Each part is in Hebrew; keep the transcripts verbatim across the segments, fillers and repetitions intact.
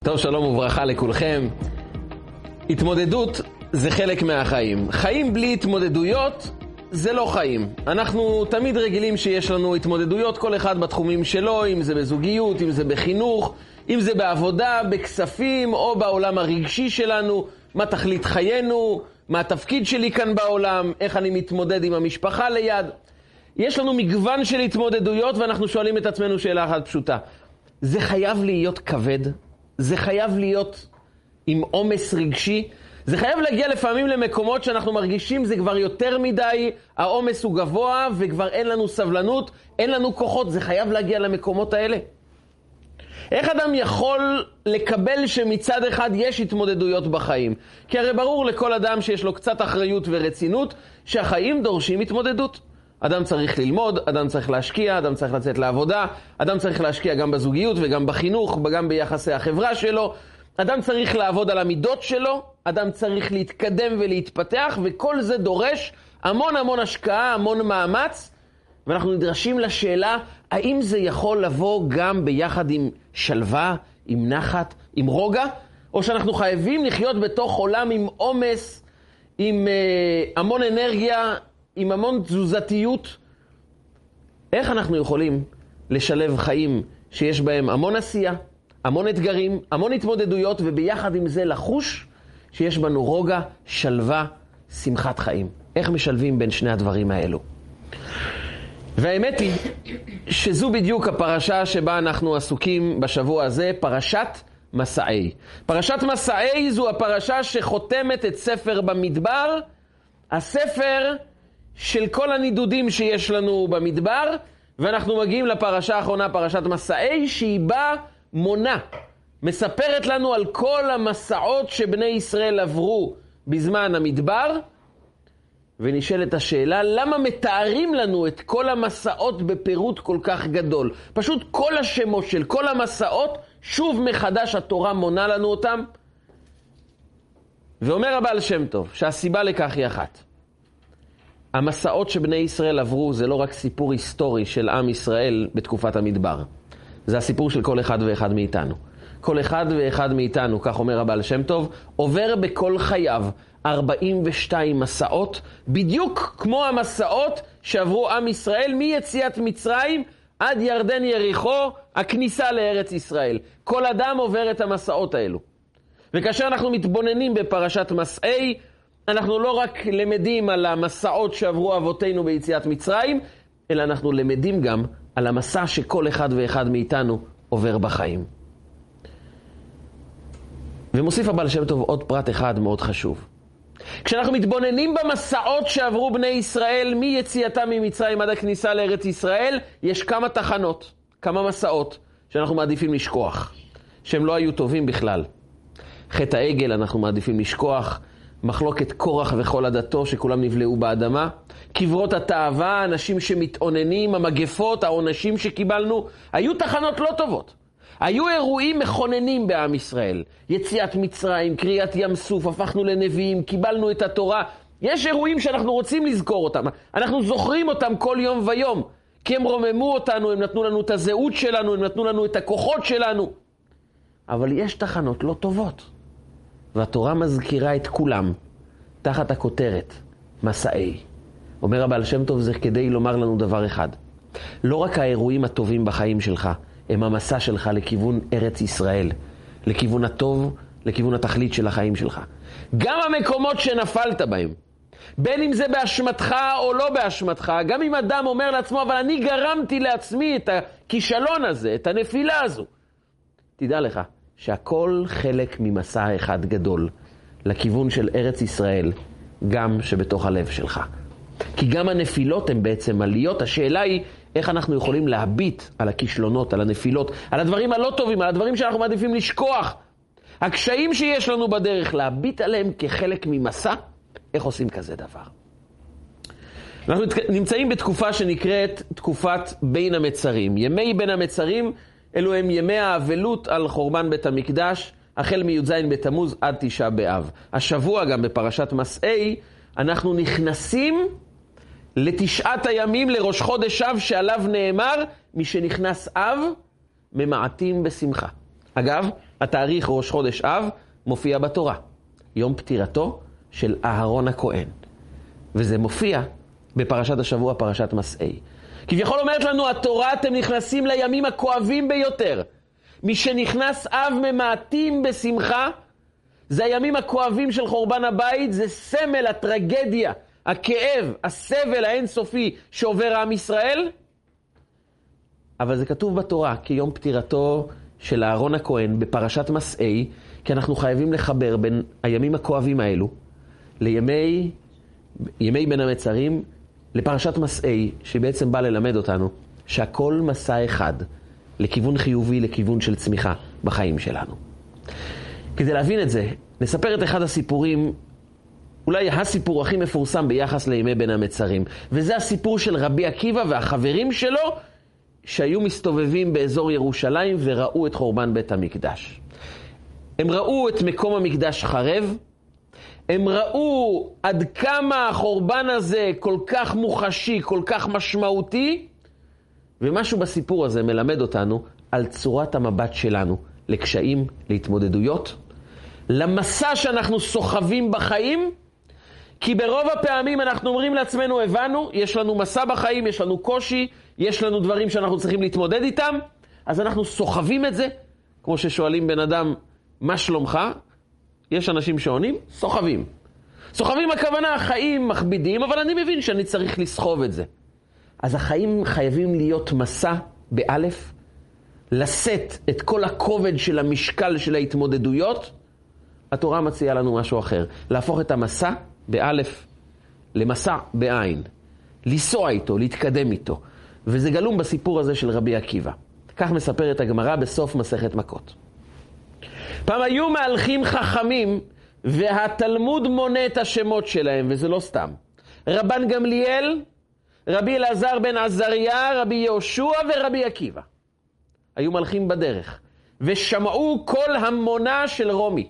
טוב, שלום וברכה לכולכם. התמודדות זה חלק מהחיים. חיים בלי התמודדויות זה לא חיים. אנחנו תמיד רגילים שיש לנו התמודדויות, כל אחד בתחומים שלו, אם זה בזוגיות, אם זה בחינוך, אם זה בעבודה, בכספים, או בעולם הרגשי שלנו, מה תכלית חיינו, מה התפקיד שלי כאן בעולם, איך אני מתמודד עם המשפחה ליד. יש לנו מגוון של התמודדויות, ואנחנו שואלים את עצמנו שאלה אחת פשוטה. זה חייב להיות כבד? זה חייב להיות עם עומס רגשי? זה חייב להגיע לפעמים למקומות שאנחנו מרגישים זה כבר יותר מדי, העומס הוא גבוה וכבר אין לנו סבלנות, אין לנו כוחות, זה חייב להגיע למקומות האלה. איך אדם יכול לקבל שמצד אחד יש התמודדויות בחיים? כי הרי ברור לכל אדם שיש לו קצת אחריות ורצינות שהחיים דורשים התמודדות. אדם צריך ללמוד, אדם צריך להשקיע, אדם צריך לצאת לעבודה, אדם צריך להשקיע גם בזוגיות וגם בחינוך, גם ביחסי החברה שלו, אדם צריך לעבוד על המידות שלו, אדם צריך להתקדם ולהתפתח, וכל זה דורש המון המון השקעה, המון מאמץ, ואנחנו נדרשים לשאלה, האם זה יכול לבוא גם ביחד עם שלווה, עם נחת, עם רוגע, או שאנחנו חייבים לחיות בתוך עולם עם עומס, עם uh, המון אנרגיה, עם המון תזוזתיות? איך אנחנו יכולים לשלב חיים שיש בהם המון עשייה, המון אתגרים, המון התמודדויות, וביחד עם זה לחוש שיש בנו רוגע, שלווה, שמחת חיים? איך משלבים בין שני הדברים האלו? והאמת היא שזו בדיוק הפרשה שבה אנחנו עסוקים בשבוע הזה, פרשת מסעי. פרשת מסעי זו הפרשה שחותמת את ספר במדבר, הספר של כל הנידודים שיש לנו במדבר, ואנחנו מגיעים לפרשה האחרונה, פרשת מסעי, שהיא באה מונה, מספרת לנו על כל המסעות שבני ישראל עברו בזמן המדבר, ונשאלת השאלה, למה מתארים לנו את כל המסעות בפירוט כל כך גדול? פשוט כל השמות של כל המסעות, שוב מחדש התורה מונה לנו אותם. ואומר הבעל שם טוב, שהסיבה לכך היא אחת. המסעות שבני ישראל עברו זה לא רק סיפור היסטורי של עם ישראל בתקופת המדבר. זה הסיפור של כל אחד ואחד מאיתנו. כל אחד ואחד מאיתנו, כך אומר הבעל שם טוב, עובר בכל חייו ארבעים ושתיים מסעות, בדיוק כמו המסעות שעברו עם ישראל מיציאת מצרים עד ירדן יריחו, הכניסה לארץ ישראל. כל אדם עובר את המסעות האלו. וכאשר אנחנו מתבוננים בפרשת מסעי, אנחנו לא רק למדים על המסעות שעברו אבותינו ביציאת מצרים, אלא אנחנו למדים גם על המסע שכל אחד ואחד מאיתנו עובר בחיים. ומוסיף הבעל שם טוב עוד פרט אחד מאוד חשוב. כשאנחנו מתבוננים במסעות שעברו בני ישראל מיציאתם ממצרים עד הכניסה לארץ ישראל, יש כמה תחנות, כמה מסעות שאנחנו מעדיפים לשכוח, שהם לא היו טובים בכלל. חטא העגל אנחנו מעדיפים לשכוח, מחלוקת קורח וכל עדתו שכולם נבלעו באדמה, קברות התאווה, אנשים שמתעוננים, המגפות, העונשים שקיבלנו, היו תחנות לא טובות. היו אירועים מכוננים בעם ישראל. יציאת מצרים, קריאת ים סוף, הפכנו לנביאים, קיבלנו את התורה. יש אירועים שאנחנו רוצים לזכור אותם. אנחנו זוכרים אותם כל יום ויום. כי הם רוממו אותנו, הם נתנו לנו את הזהות שלנו, הם נתנו לנו את הכוחות שלנו. אבל יש תחנות לא טובות. והתורה מזכירה את כולם תחת הכותרת מסעי. אומר הבעל שם טוב, זה כדי לומר לנו דבר אחד. לא רק האירועים הטובים בחיים שלך, הם המסע שלך לכיוון ארץ ישראל, לכיוון הטוב, לכיוון התכלית של החיים שלך. גם המקומות שנפלת בהם, בין אם זה באשמתך או לא באשמתך, גם אם אדם אומר לעצמו, אבל אני גרמתי לעצמי את הכישלון הזה, את הנפילה הזו. תדע לך שהכל חלק ממסע אחד גדול, לכיוון של ארץ ישראל, גם שבתוך הלב שלך. כי גם הנפילות הן בעצם עליות. השאלה היא איך אנחנו יכולים להביט על הכישלונות, על הנפילות, על הדברים הלא טובים, על הדברים שאנחנו מעדיפים לשכוח. הקשיים שיש לנו בדרך, להביט עליהם כחלק ממסע. איך עושים כזה דבר? אנחנו נמצאים בתקופה שנקראת תקופת בין המצרים. ימי בין המצרים אלו הם ימי האבלות על חורבן בית המקדש, החל מי"ז בתמוז עד תשעה באב. השבוע גם בפרשת מסעי אנחנו נכנסים לתשעת הימים לראש חודש אב, שעליו נאמר, מי שנכנס אב ממעטים בשמחה. אגב, התאריך ראש חודש אב מופיע בתורה. יום פטירתו של אהרון הכהן. וזה מופיע בפרשת השבוע, פרשת מסעי. כביכול אומרת לנו התורה, אתם נכנסים לימים הכואבים ביותר. מי שנכנס אב ממעטים בשמחה, זה הימים הכואבים של חורבן הבית, זה סמל הטרגדיה, הכאב, הסבל האינסופי שעובר עם ישראל. אבל זה כתוב בתורה כיום פטירתו של אהרון הכהן בפרשת מסעי, כי אנחנו חייבים לחבר בין הימים הכואבים האלו לימי ימי בין המצרים, לפרשת מסעי, שבעצם בא ללמד אותנו שהכל מסע אחד לכיוון חיובי, לכיוון של צמיחה בחיים שלנו. כדי להבין את זה, נספר את אחד הסיפורים, אולי הסיפור הכי מפורסם ביחס לימי בין המצרים, וזה הסיפור של רבי עקיבא והחברים שלו שהיו מסתובבים באזור ירושלים וראו את חורבן בית המקדש. הם ראו את מקום המקדש חרב, הם ראו עד כמה החורבן הזה כל כך מוחשי, כל כך משמעותי, ומשהו בסיפור הזה מלמד אותנו על צורת המבט שלנו לקשיים, להתמודדויות, למסע שאנחנו סוחבים בחיים, כי ברוב הפעמים אנחנו אומרים לעצמנו, הבנו, יש לנו מסע בחיים, יש לנו קושי, יש לנו דברים שאנחנו צריכים להתמודד איתם, אז אנחנו סוחבים את זה, כמו ששואלים בן אדם, מה שלומך? יש אנשים שעונים, סוחבים. סוחבים הכוונה, החיים מכבידים, אבל אני מבין שאני צריך לסחוב את זה. אז החיים חייבים להיות מסע באלף, לשאת את כל הכובד של המשקל של ההתמודדויות. התורה מציעה לנו משהו אחר, להפוך את המסע באלף למסע בעין, לנסוע איתו, להתקדם איתו. וזה גלום בסיפור הזה של רבי עקיבא. כך מספרת הגמרא בסוף מסכת מכות. פעם היו מהלכים חכמים, והתלמוד מונה את השמות שלהם, וזה לא סתם. רבן גמליאל, רבי אלעזר בן עזריה, רבי יהושע ורבי עקיבא. היו מלכים בדרך, ושמעו כל המונה של רומי.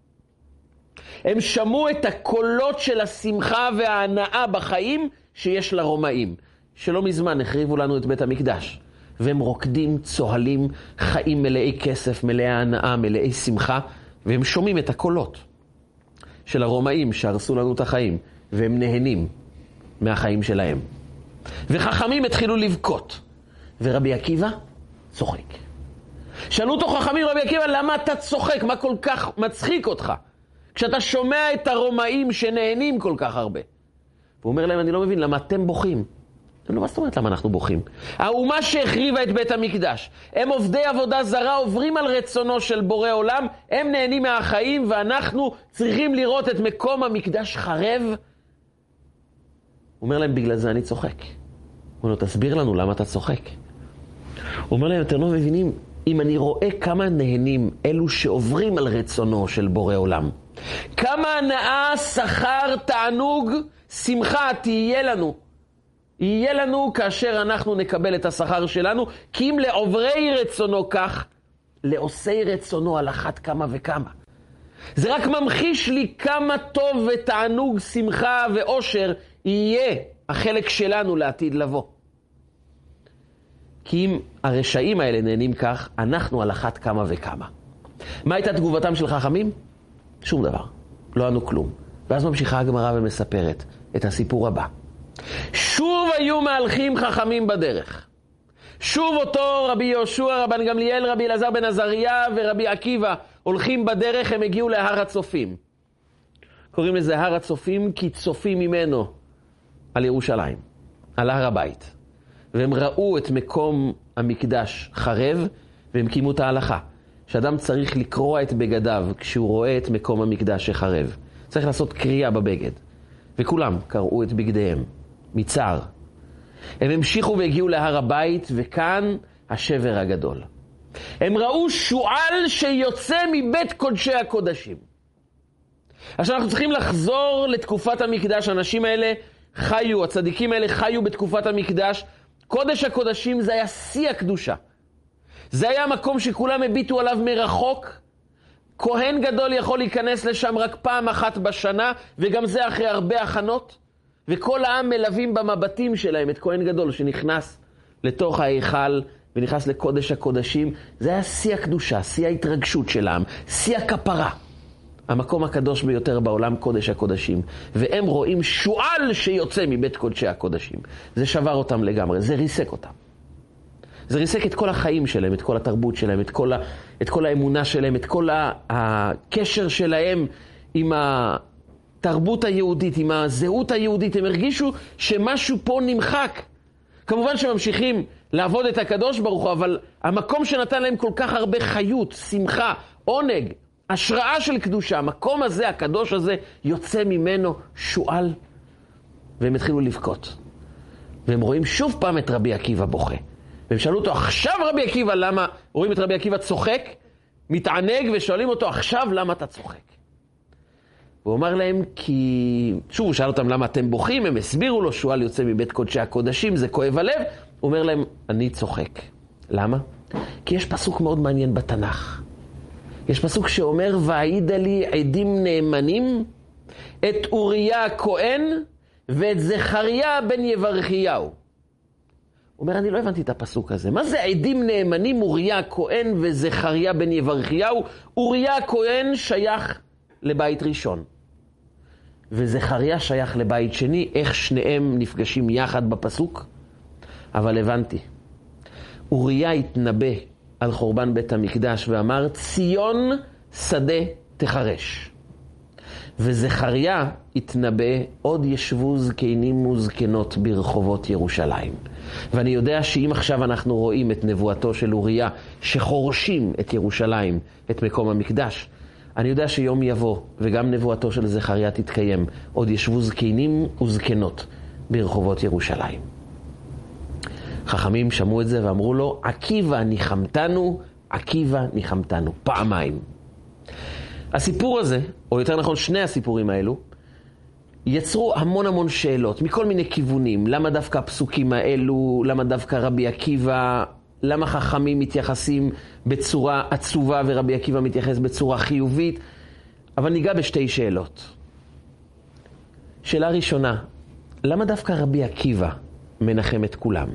הם שמעו את הקולות של השמחה וההנאה בחיים שיש לרומאים, שלא מזמן החריבו לנו את בית המקדש. והם רוקדים, צוהלים, חיים מלאי כסף, מלאי הנאה, מלאי שמחה, והם שומעים את הקולות של הרומאים שהרסו לנו את החיים, והם נהנים מהחיים שלהם. וחכמים התחילו לבכות, ורבי עקיבא צוחק. שאלו אותו חכמים, רבי עקיבא, למה אתה צוחק? מה כל כך מצחיק אותך? כשאתה שומע את הרומאים שנהנים כל כך הרבה. והוא אומר להם, אני לא מבין, למה אתם בוכים? לא, מה זאת אומרת למה אנחנו בוכים? האומה שהחריבה את בית המקדש, הם עובדי עבודה זרה, עוברים על רצונו של בורא עולם, הם נהנים מהחיים, ואנחנו צריכים לראות את מקום המקדש חרב. הוא אומר להם, בגלל זה אני צוחק. הוא אומר לו, תסביר לנו למה אתה צוחק. הוא אומר להם, אתם לא מבינים, אם אני רואה כמה נהנים אלו שעוברים על רצונו של בורא עולם, כמה הנאה, שכר, תענוג, שמחה תהיה לנו, יהיה לנו כאשר אנחנו נקבל את השכר שלנו, כי אם לעוברי רצונו כך, לעושי רצונו על אחת כמה וכמה. זה רק ממחיש לי כמה טוב ותענוג, שמחה ואושר יהיה החלק שלנו לעתיד לבוא. כי אם הרשעים האלה נהנים כך, אנחנו על אחת כמה וכמה. מה הייתה תגובתם של חכמים? שום דבר. לא ענו כלום. ואז ממשיכה הגמרא ומספרת את הסיפור הבא. שוב היו מהלכים חכמים בדרך. שוב אותו רבי יהושע, רבן גמליאל, רבי אלעזר בן עזריה ורבי עקיבא הולכים בדרך, הם הגיעו להר הצופים. קוראים לזה הר הצופים כי צופים ממנו על ירושלים, על הר הבית. והם ראו את מקום המקדש חרב, והם קיימו את ההלכה, שאדם צריך לקרוע את בגדיו כשהוא רואה את מקום המקדש שחרב. צריך לעשות קריאה בבגד. וכולם קראו את בגדיהם, מצער. הם המשיכו והגיעו להר הבית, וכאן השבר הגדול. הם ראו שועל שיוצא מבית קודשי הקודשים. עכשיו אנחנו צריכים לחזור לתקופת המקדש. האנשים האלה חיו, הצדיקים האלה חיו בתקופת המקדש. קודש הקודשים זה היה שיא הקדושה. זה היה מקום שכולם הביטו עליו מרחוק. כהן גדול יכול להיכנס לשם רק פעם אחת בשנה, וגם זה אחרי הרבה הכנות. וכל העם מלווים במבטים שלהם את כהן גדול שנכנס לתוך ההיכל ונכנס לקודש הקודשים, זה היה שיא הקדושה, שיא ההתרגשות של העם, שיא הכפרה. המקום הקדוש ביותר בעולם, קודש הקודשים. והם רואים שועל שיוצא מבית קודשי הקודשים. זה שבר אותם לגמרי, זה ריסק אותם. זה ריסק את כל החיים שלהם, את כל התרבות שלהם, את כל, ה, את כל האמונה שלהם, את כל ה, הקשר שלהם עם התרבות היהודית, עם הזהות היהודית. הם הרגישו שמשהו פה נמחק. כמובן שממשיכים לעבוד את הקדוש ברוך הוא, אבל המקום שנתן להם כל כך הרבה חיות, שמחה, עונג, השראה של קדושה, המקום הזה, הקדוש הזה, יוצא ממנו שועל. והם התחילו לבכות. והם רואים שוב פעם את רבי עקיבא בוכה. והם שאלו אותו, עכשיו רבי עקיבא, למה? רואים את רבי עקיבא צוחק, מתענג, ושואלים אותו, עכשיו למה אתה צוחק? הוא אמר להם, כי... שוב, הוא שאל אותם למה אתם בוכים, הם הסבירו לו, שועל יוצא מבית קודשי הקודשים, זה כואב הלב. הוא אומר להם, אני צוחק. למה? כי יש פסוק מאוד מעניין בתנ"ך. יש פסוק שאומר, והעידה לי עדים נאמנים, את אוריה הכהן ואת זכריה בן יברכיהו. הוא אומר, אני לא הבנתי את הפסוק הזה. מה זה עדים נאמנים, אוריה הכהן וזכריה בן יברכיהו? אוריה הכהן שייך לבית ראשון. וזכריה שייך לבית שני. איך שניהם נפגשים יחד בפסוק? אבל הבנתי. אוריה התנבא על חורבן בית המקדש ואמר, ציון שדה תחרש. וזכריה התנבא, עוד ישבו זקנים וזקנות ברחובות ירושלים. ואני יודע שאם עכשיו אנחנו רואים את נבואתו של אוריה, שחורשים את ירושלים, את מקום המקדש, אני יודע שיום יבוא, וגם נבואתו של זכריה תתקיים, עוד ישבו זקנים וזקנות ברחובות ירושלים. חכמים שמעו את זה ואמרו לו, עקיבא ניחמתנו, עקיבא ניחמתנו, פעמיים. הסיפור הזה, או יותר נכון שני הסיפורים האלו, יצרו המון המון שאלות, מכל מיני כיוונים. למה דווקא הפסוקים האלו, למה דווקא רבי עקיבא, למה חכמים מתייחסים בצורה עצובה ורבי עקיבא מתייחס בצורה חיובית. אבל ניגע בשתי שאלות. שאלה ראשונה, למה דווקא רבי עקיבא מנחם את כולם?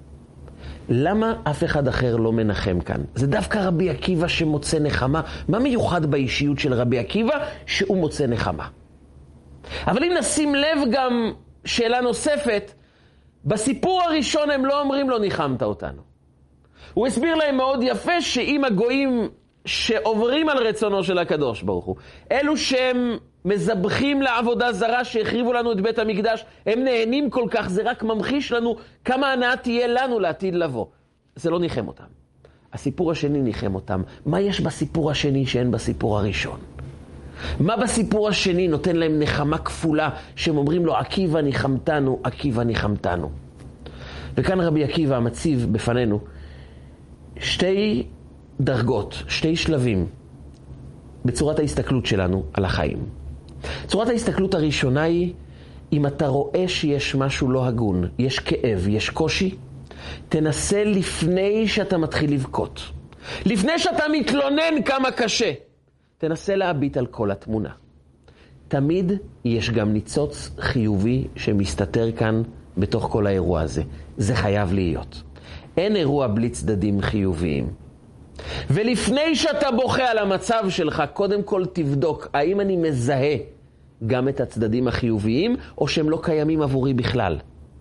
למה אף אחד אחר לא מנחם כאן? זה דווקא רבי עקיבא שמוצא נחמה. מה מיוחד באישיות של רבי עקיבא שהוא מוצא נחמה? אבל אם נשים לב גם שאלה נוספת, בסיפור הראשון הם לא אומרים לו ניחמת אותנו. הוא הסביר להם מאוד יפה שאם הגויים שעוברים על רצונו של הקדוש ברוך הוא, אלו שהם מזבחים לעבודה זרה שהחריבו לנו את בית המקדש, הם נהנים כל כך, זה רק ממחיש לנו כמה הנאה תהיה לנו לעתיד לבוא. זה לא ניחם אותם. הסיפור השני ניחם אותם. מה יש בסיפור השני שאין בסיפור הראשון? מה בסיפור השני נותן להם נחמה כפולה, שהם אומרים לו, עקיבא ניחמתנו, עקיבא ניחמתנו. וכאן רבי עקיבא מציב בפנינו שתי דרגות, שתי שלבים, בצורת ההסתכלות שלנו על החיים. צורת ההסתכלות הראשונה היא, אם אתה רואה שיש משהו לא הגון, יש כאב, יש קושי, תנסה לפני שאתה מתחיל לבכות. לפני שאתה מתלונן כמה קשה, תנסה להביט על כל התמונה. תמיד יש גם ניצוץ חיובי שמסתתר כאן בתוך כל האירוע הזה. זה חייב להיות. אין אירוע בלי צדדים חיוביים. ולפני שאתה בוכה על המצב שלך, קודם כל תבדוק, האם אני מזהה גם את הצדדים החיוביים, או שהם לא קיימים עבורי בכלל.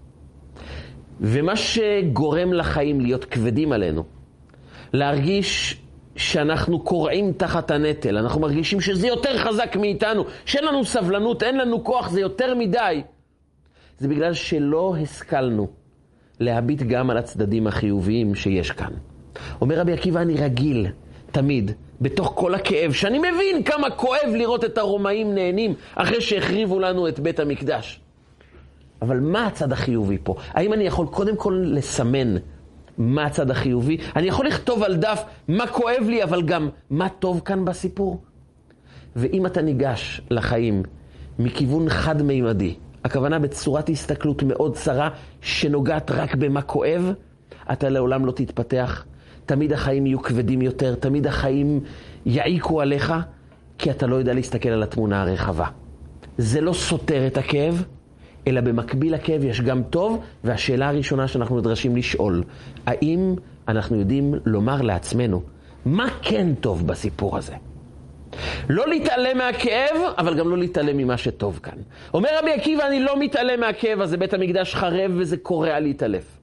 ומה שגורם לחיים להיות כבדים עלינו, להרגיש שאנחנו קורעים תחת הנטל, אנחנו מרגישים שזה יותר חזק מאיתנו, שאין לנו סבלנות, אין לנו כוח, זה יותר מדי, זה בגלל שלא השכלנו להביט גם על הצדדים החיוביים שיש כאן. אומר רבי עקיבא, אני רגיל תמיד בתוך כל הכאב, שאני מבין כמה כואב לראות את הרומאים נהנים אחרי שהחריבו לנו את בית המקדש. אבל מה הצד החיובי פה? האם אני יכול קודם כל לסמן מה הצד החיובי? אני יכול לכתוב על דף מה כואב לי, אבל גם מה טוב כאן בסיפור? ואם אתה ניגש לחיים מכיוון חד-מימדי, הכוונה בצורת הסתכלות מאוד צרה שנוגעת רק במה כואב, אתה לעולם לא תתפתח. תמיד החיים יהיו כבדים יותר, תמיד החיים יעיקו עליך, כי אתה לא יודע להסתכל על התמונה הרחבה. זה לא סותר את הכאב, אלא במקביל לכאב יש גם טוב, והשאלה הראשונה שאנחנו נדרשים לשאול, האם אנחנו יודעים לומר לעצמנו, מה כן טוב בסיפור הזה? לא להתעלם מהכאב, אבל גם לא להתעלם ממה שטוב כאן. אומר רבי עקיבא, אני לא מתעלם מהכאב הזה, בית המקדש חרב וזה קורע להתעלף.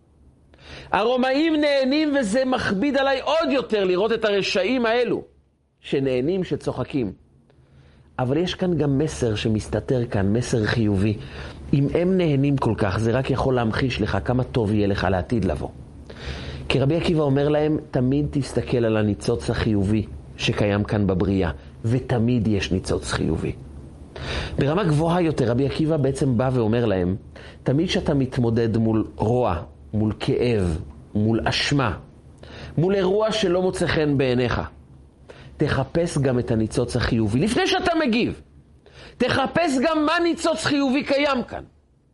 הרומאים נהנים וזה מכביד עליי עוד יותר לראות את הרשעים האלו, שנהנים, שצוחקים. אבל יש כאן גם מסר שמסתתר כאן, מסר חיובי. אם הם נהנים כל כך, זה רק יכול להמחיש לך כמה טוב יהיה לך לעתיד לבוא. כי רבי עקיבא אומר להם, תמיד תסתכל על הניצוץ החיובי שקיים כאן בבריאה, ותמיד יש ניצוץ חיובי. ברמה גבוהה יותר, רבי עקיבא בעצם בא ואומר להם, תמיד שאתה מתמודד מול רוע, מול כאב, מול אשמה, מול אירוע שלא מוצא חן בעיניך, תחפש גם את הניצוץ החיובי. לפני שאתה מגיב, תחפש גם מה ניצוץ חיובי קיים כאן.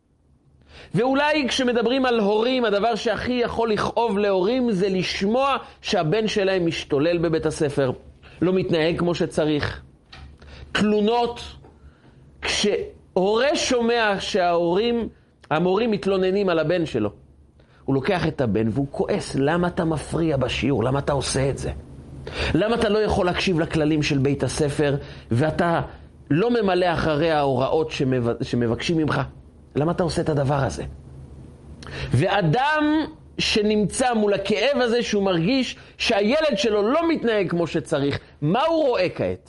ואולי כשמדברים על הורים, הדבר שהכי יכול לכאוב להורים זה לשמוע שהבן שלהם משתולל בבית הספר, לא מתנהג כמו שצריך. תלונות, כשהורה שומע שההורים, המורים מתלוננים על הבן שלו, הוא לוקח את הבן והוא כועס, למה אתה מפריע בשיעור? למה אתה עושה את זה? למה אתה לא יכול להקשיב לכללים של בית הספר ואתה לא ממלא אחרי ההוראות שמבקשים ממך? למה אתה עושה את הדבר הזה? ואדם שנמצא מול הכאב הזה שהוא מרגיש שהילד שלו לא מתנהג כמו שצריך, מה הוא רואה כעת?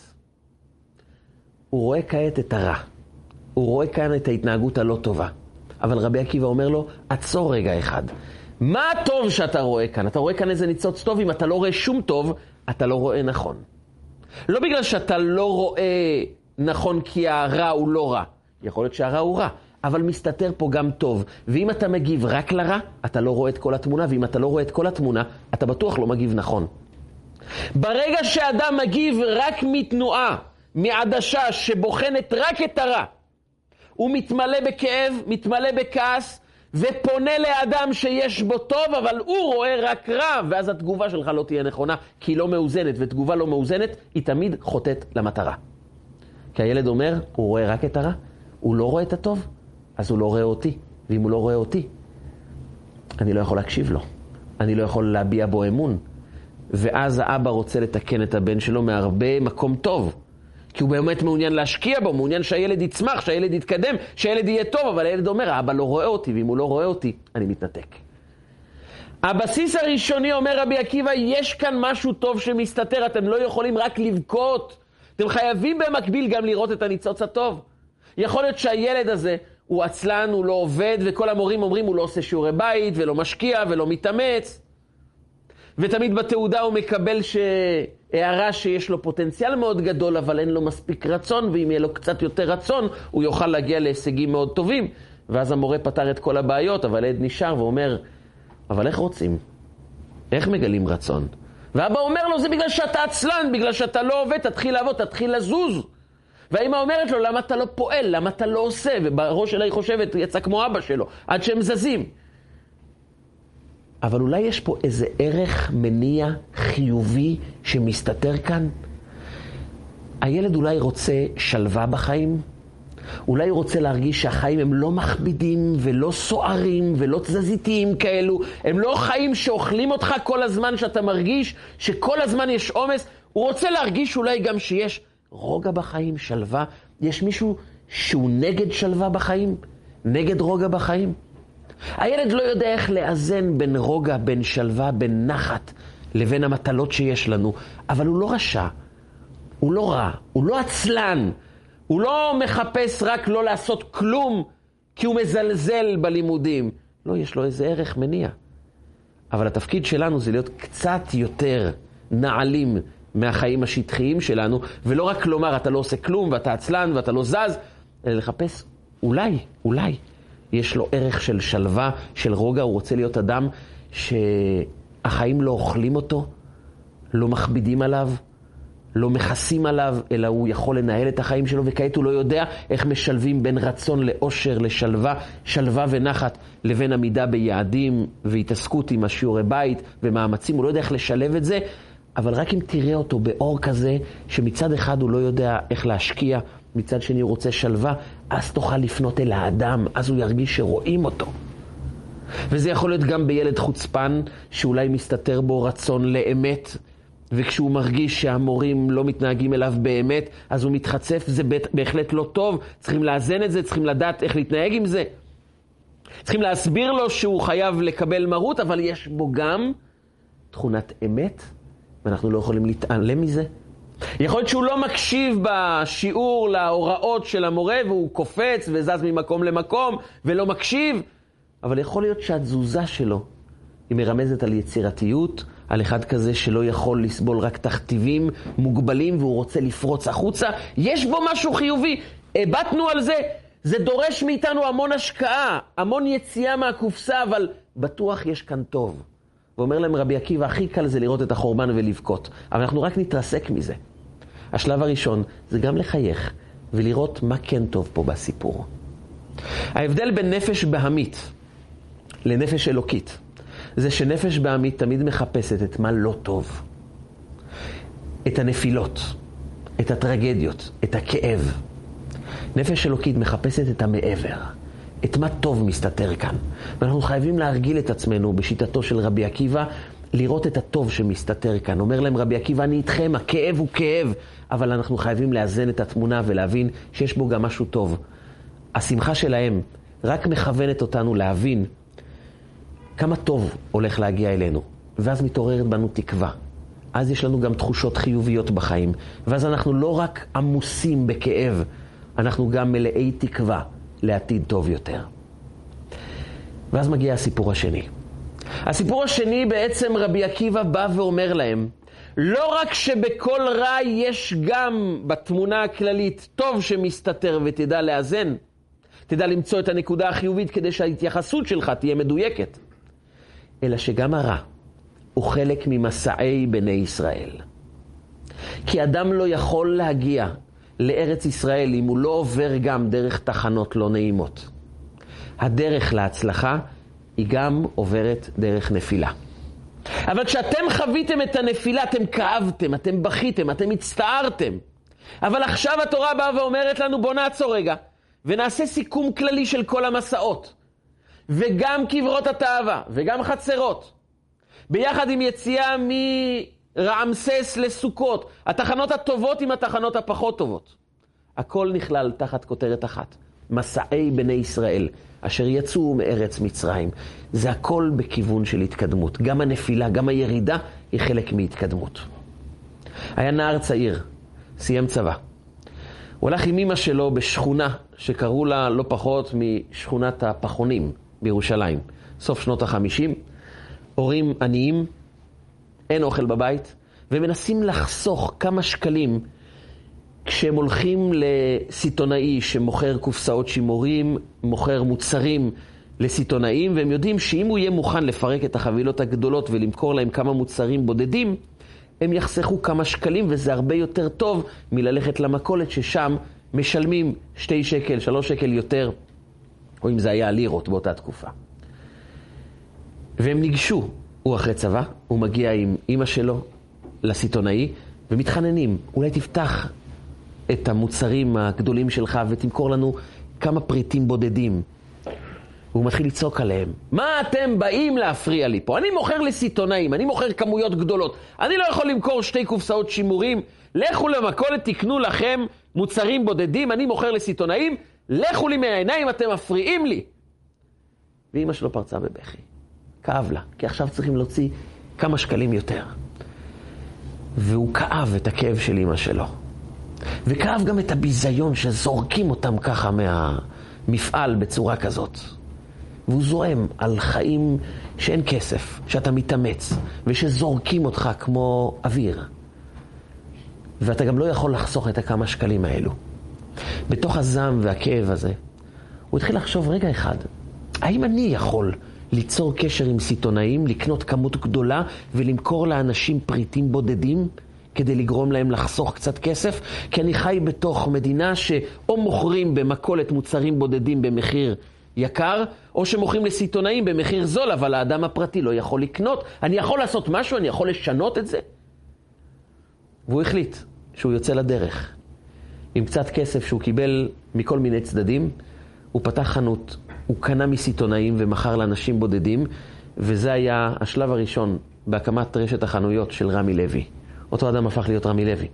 הוא רואה כעת את הרע. הוא רואה כאן את ההתנהגות הלא טובה. אבל רבי עקיבא אומר לו, עצור רגע אחד. מה הטוב שאתה רואה כאן? אתה רואה כאן איזה ניצוץ טוב, אם אתה לא רואה שום טוב, אתה לא רואה נכון. לא בגלל שאתה לא רואה נכון כי הרע הוא לא רע. יכול להיות שהרע הוא רע, אבל מסתתר פה גם טוב. ואם אתה מגיב רק לרע, אתה לא רואה את כל התמונה, ואם אתה לא רואה את כל התמונה, אתה בטוח לא מגיב נכון. ברגע שאדם מגיב רק מתנועה, מעדשה שבוחנת רק את הרע, הוא מתמלא בכאב, מתמלא בכעס, ופונה לאדם שיש בו טוב, אבל הוא רואה רק רע, ואז התגובה שלך לא תהיה נכונה, כי היא לא מאוזנת, ותגובה לא מאוזנת, היא תמיד חוטאת למטרה. כי הילד אומר, הוא רואה רק את הרע, הוא לא רואה את הטוב, אז הוא לא רואה אותי, ואם הוא לא רואה אותי, אני לא יכול להקשיב לו, אני לא יכול להביע בו אמון, ואז האבא רוצה לתקן את הבן שלו מהרבה מקום טוב, כי הוא באמת מעוניין להשקיע בו, מעוניין שהילד יצמח, שהילד יתקדם, שהילד יהיה טוב, אבל הילד אומר, האבא לא רואה אותי, ואם הוא לא רואה אותי, אני מתנתק. הבסיס הראשוני, אומר רבי עקיבא, יש כאן משהו טוב שמסתתר, אתם לא יכולים רק לבכות, אתם חייבים במקביל גם לראות את הניצוץ הטוב. יכול להיות שהילד הזה הוא עצלן, הוא לא עובד, וכל המורים אומרים, הוא לא עושה שיעורי בית, ולא משקיע, ולא מתאמץ. ותמיד בתעודה הוא מקבל הערה שיש לו פוטנציאל מאוד גדול, אבל אין לו מספיק רצון, ואם יהיה לו קצת יותר רצון, הוא יוכל להגיע להישגים מאוד טובים. ואז המורה פתר את כל הבעיות, אבל הילד נשאר ואומר, אבל איך רוצים? איך מגלים רצון? ואבא אומר לו, זה בגלל שאתה עצלן, בגלל שאתה לא עובד, תתחיל לעבוד, תתחיל לזוז. והאמא אומרת לו, למה אתה לא פועל? למה אתה לא עושה? ובראש שלה היא חושבת, יצא כמו אבא שלו, עד שהם זזים. אבל אולי יש פה איזה ערך מניע חיובי שמסתתר כאן? הילד אולי רוצה שלווה בחיים? אולי הוא רוצה להרגיש שהחיים הם לא מכבידים ולא סוערים ולא תזזיתיים כאלו. הם לא חיים שאוכלים אותך כל הזמן, שאתה מרגיש שכל הזמן יש עומס. הוא רוצה להרגיש אולי גם שיש רוגע בחיים, שלווה. יש מישהו שהוא נגד שלווה בחיים? נגד רוגע בחיים? הילד לא יודע איך לאזן בין רוגע, בין שלווה, בין נחת, לבין המטלות שיש לנו. אבל הוא לא רשע, הוא לא רע, הוא לא עצלן. הוא לא מחפש רק לא לעשות כלום, כי הוא מזלזל בלימודים. לא, יש לו איזה ערך מניע. אבל התפקיד שלנו זה להיות קצת יותר נעלים מהחיים השטחיים שלנו, ולא רק לומר, אתה לא עושה כלום, ואתה עצלן, ואתה לא זז, אלא לחפש, אולי, אולי, יש לו ערך של שלווה, של רוגע. הוא רוצה להיות אדם שהחיים לא אוכלים אותו, לא מכבידים עליו, לא מכסים עליו, אלא הוא יכול לנהל את החיים שלו, וכעת הוא לא יודע איך משלבים בין רצון לאושר, לשלווה, שלווה ונחת, לבין עמידה ביעדים והתעסקות עם השיעורי בית ומאמצים. הוא לא יודע איך לשלב את זה, אבל רק אם תראה אותו באור כזה, שמצד אחד הוא לא יודע איך להשקיע, מצד שני הוא רוצה שלווה, אז תוכל לפנות אל האדם, אז הוא ירגיש שרואים אותו. וזה יכול להיות גם בילד חוצפן, שאולי מסתתר בו רצון לאמת, וכשהוא מרגיש שהמורים לא מתנהגים אליו באמת, אז הוא מתחצף, זה בהחלט לא טוב, צריכים לאזן את זה, צריכים לדעת איך להתנהג עם זה. צריכים להסביר לו שהוא חייב לקבל מרות, אבל יש בו גם תכונת אמת, ואנחנו לא יכולים להתעלם מזה. יכול להיות שהוא לא מקשיב בשיעור להוראות של המורה, והוא קופץ וזז ממקום למקום ולא מקשיב, אבל יכול להיות שהתזוזה שלו היא מרמזת על יצירתיות, על אחד כזה שלא יכול לסבול רק תכתיבים מוגבלים והוא רוצה לפרוץ החוצה. יש בו משהו חיובי, הבטנו על זה. זה דורש מאיתנו המון השקעה, המון יציאה מהקופסה, אבל בטוח יש כאן טוב. ואומר להם רבי עקיבא, הכי קל זה לראות את החורבן ולבכות, אבל אנחנו רק נתרסק מזה. השלב הראשון זה גם לחייך ולראות מה כן טוב פה בסיפור. ההבדל בין נפש בהמית לנפש אלוקית זה שנפש בהמית תמיד מחפשת את מה לא טוב. את הנפילות, את הטרגדיות, את הכאב. נפש אלוקית מחפשת את המעבר, את מה טוב מסתתר כאן. ואנחנו חייבים להרגיל את עצמנו בשיטתו של רבי עקיבא, לראות את הטוב שמסתתר כאן. אומר להם רבי עקיבא, אני איתכם, הכאב הוא כאב, אבל אנחנו חייבים לאזן את התמונה ולהבין שיש בו גם משהו טוב. השמחה שלהם רק מכוונת אותנו להבין כמה טוב הולך להגיע אלינו, ואז מתעוררת בנו תקווה. אז יש לנו גם תחושות חיוביות בחיים, ואז אנחנו לא רק עמוסים בכאב, אנחנו גם מלאי תקווה לעתיד טוב יותר. ואז מגיע הסיפור השני. הסיפור השני בעצם רבי עקיבא בא ואומר להם, לא רק שבכל רע יש גם בתמונה הכללית טוב שמסתתר ותדע לאזן, תדע למצוא את הנקודה החיובית כדי שההתייחסות שלך תהיה מדויקת, אלא שגם הרע הוא חלק ממסעי בני ישראל. כי אדם לא יכול להגיע לארץ ישראל אם הוא לא עובר גם דרך תחנות לא נעימות. הדרך להצלחה היא גם עוברת דרך נפילה. אבל כשאתם חוויתם את הנפילה, אתם כאבתם, אתם בכיתם, אתם הצטערתם. אבל עכשיו התורה באה ואומרת לנו, בוא נעצור רגע, ונעשה סיכום כללי של כל המסעות. וגם קברות התאווה, וגם חצרות. ביחד עם יציאה מרעמסס לסוכות, התחנות הטובות עם התחנות הפחות טובות. הכל נכלל תחת כותרת אחת. מסעי בני ישראל, אשר יצאו מארץ מצרים. זה הכל בכיוון של התקדמות. גם הנפילה, גם הירידה, היא חלק מהתקדמות. היה נער צעיר, סיים צבא. הוא הלך עם אמא שלו בשכונה שקראו לה לא פחות משכונת הפחונים בירושלים. סוף שנות החמישים, הורים עניים, אין אוכל בבית, ומנסים לחסוך כמה שקלים כשהם הולכים לסיטונאי שמוכר קופסאות שימורים, מוכר מוצרים לסיטונאים, והם יודעים שאם הוא יהיה מוכן לפרק את החבילות הגדולות ולמכור להם כמה מוצרים בודדים, הם יחסכו כמה שקלים, וזה הרבה יותר טוב מללכת למכולת ששם משלמים שתי שקל, שלוש שקל יותר, או אם זה היה לירות באותה תקופה. והם ניגשו, הוא אחרי צבא, הוא מגיע עם אמא שלו לסיטונאי, ומתחננים, אולי תפתח את המוצרים הגדולים שלך ותמכור לנו כמה פריטים בודדים. והוא מתחיל לצעוק עליהם, מה אתם באים להפריע לי פה? אני מוכר לסיטונאים, אני מוכר כמויות גדולות, אני לא יכול למכור שתי קופסאות שימורים, לכו למכולת, תקנו לכם מוצרים בודדים, אני מוכר לסיטונאים, לכו לי מהעיניים, אתם מפריעים לי. ואמא שלו פרצה בבכי, כאב לה, כי עכשיו צריכים להוציא כמה שקלים יותר. והוא כאב את הכאב של אמא שלו. וכאב גם את הביזיון שזורקים אותם ככה מהמפעל בצורה כזאת. והוא זועם על חיים שאין כסף, שאתה מתאמץ, ושזורקים אותך כמו אוויר. ואתה גם לא יכול לחסוך את הכמה שקלים האלו. בתוך הזעם והכאב הזה, הוא התחיל לחשוב רגע אחד, האם אני יכול ליצור קשר עם סיטונאים, לקנות כמות גדולה ולמכור לאנשים פריטים בודדים כדי לגרום להם לחסוך קצת כסף? כי אני חי בתוך מדינה שאו מוכרים במכולת מוצרים בודדים במחיר יקר, או שמוכרים לסיטונאים במחיר זול, אבל האדם הפרטי לא יכול לקנות. אני יכול לעשות משהו, אני יכול לשנות את זה. והוא החליט שהוא יוצא לדרך. עם קצת כסף שהוא קיבל מכל מיני צדדים, הוא פתח חנות, הוא קנה מסיטונאים ומכר לאנשים בודדים, וזה היה השלב הראשון בהקמת רשת החנויות של רמי לוי. אותו אדם הפך להיות רמי לוי.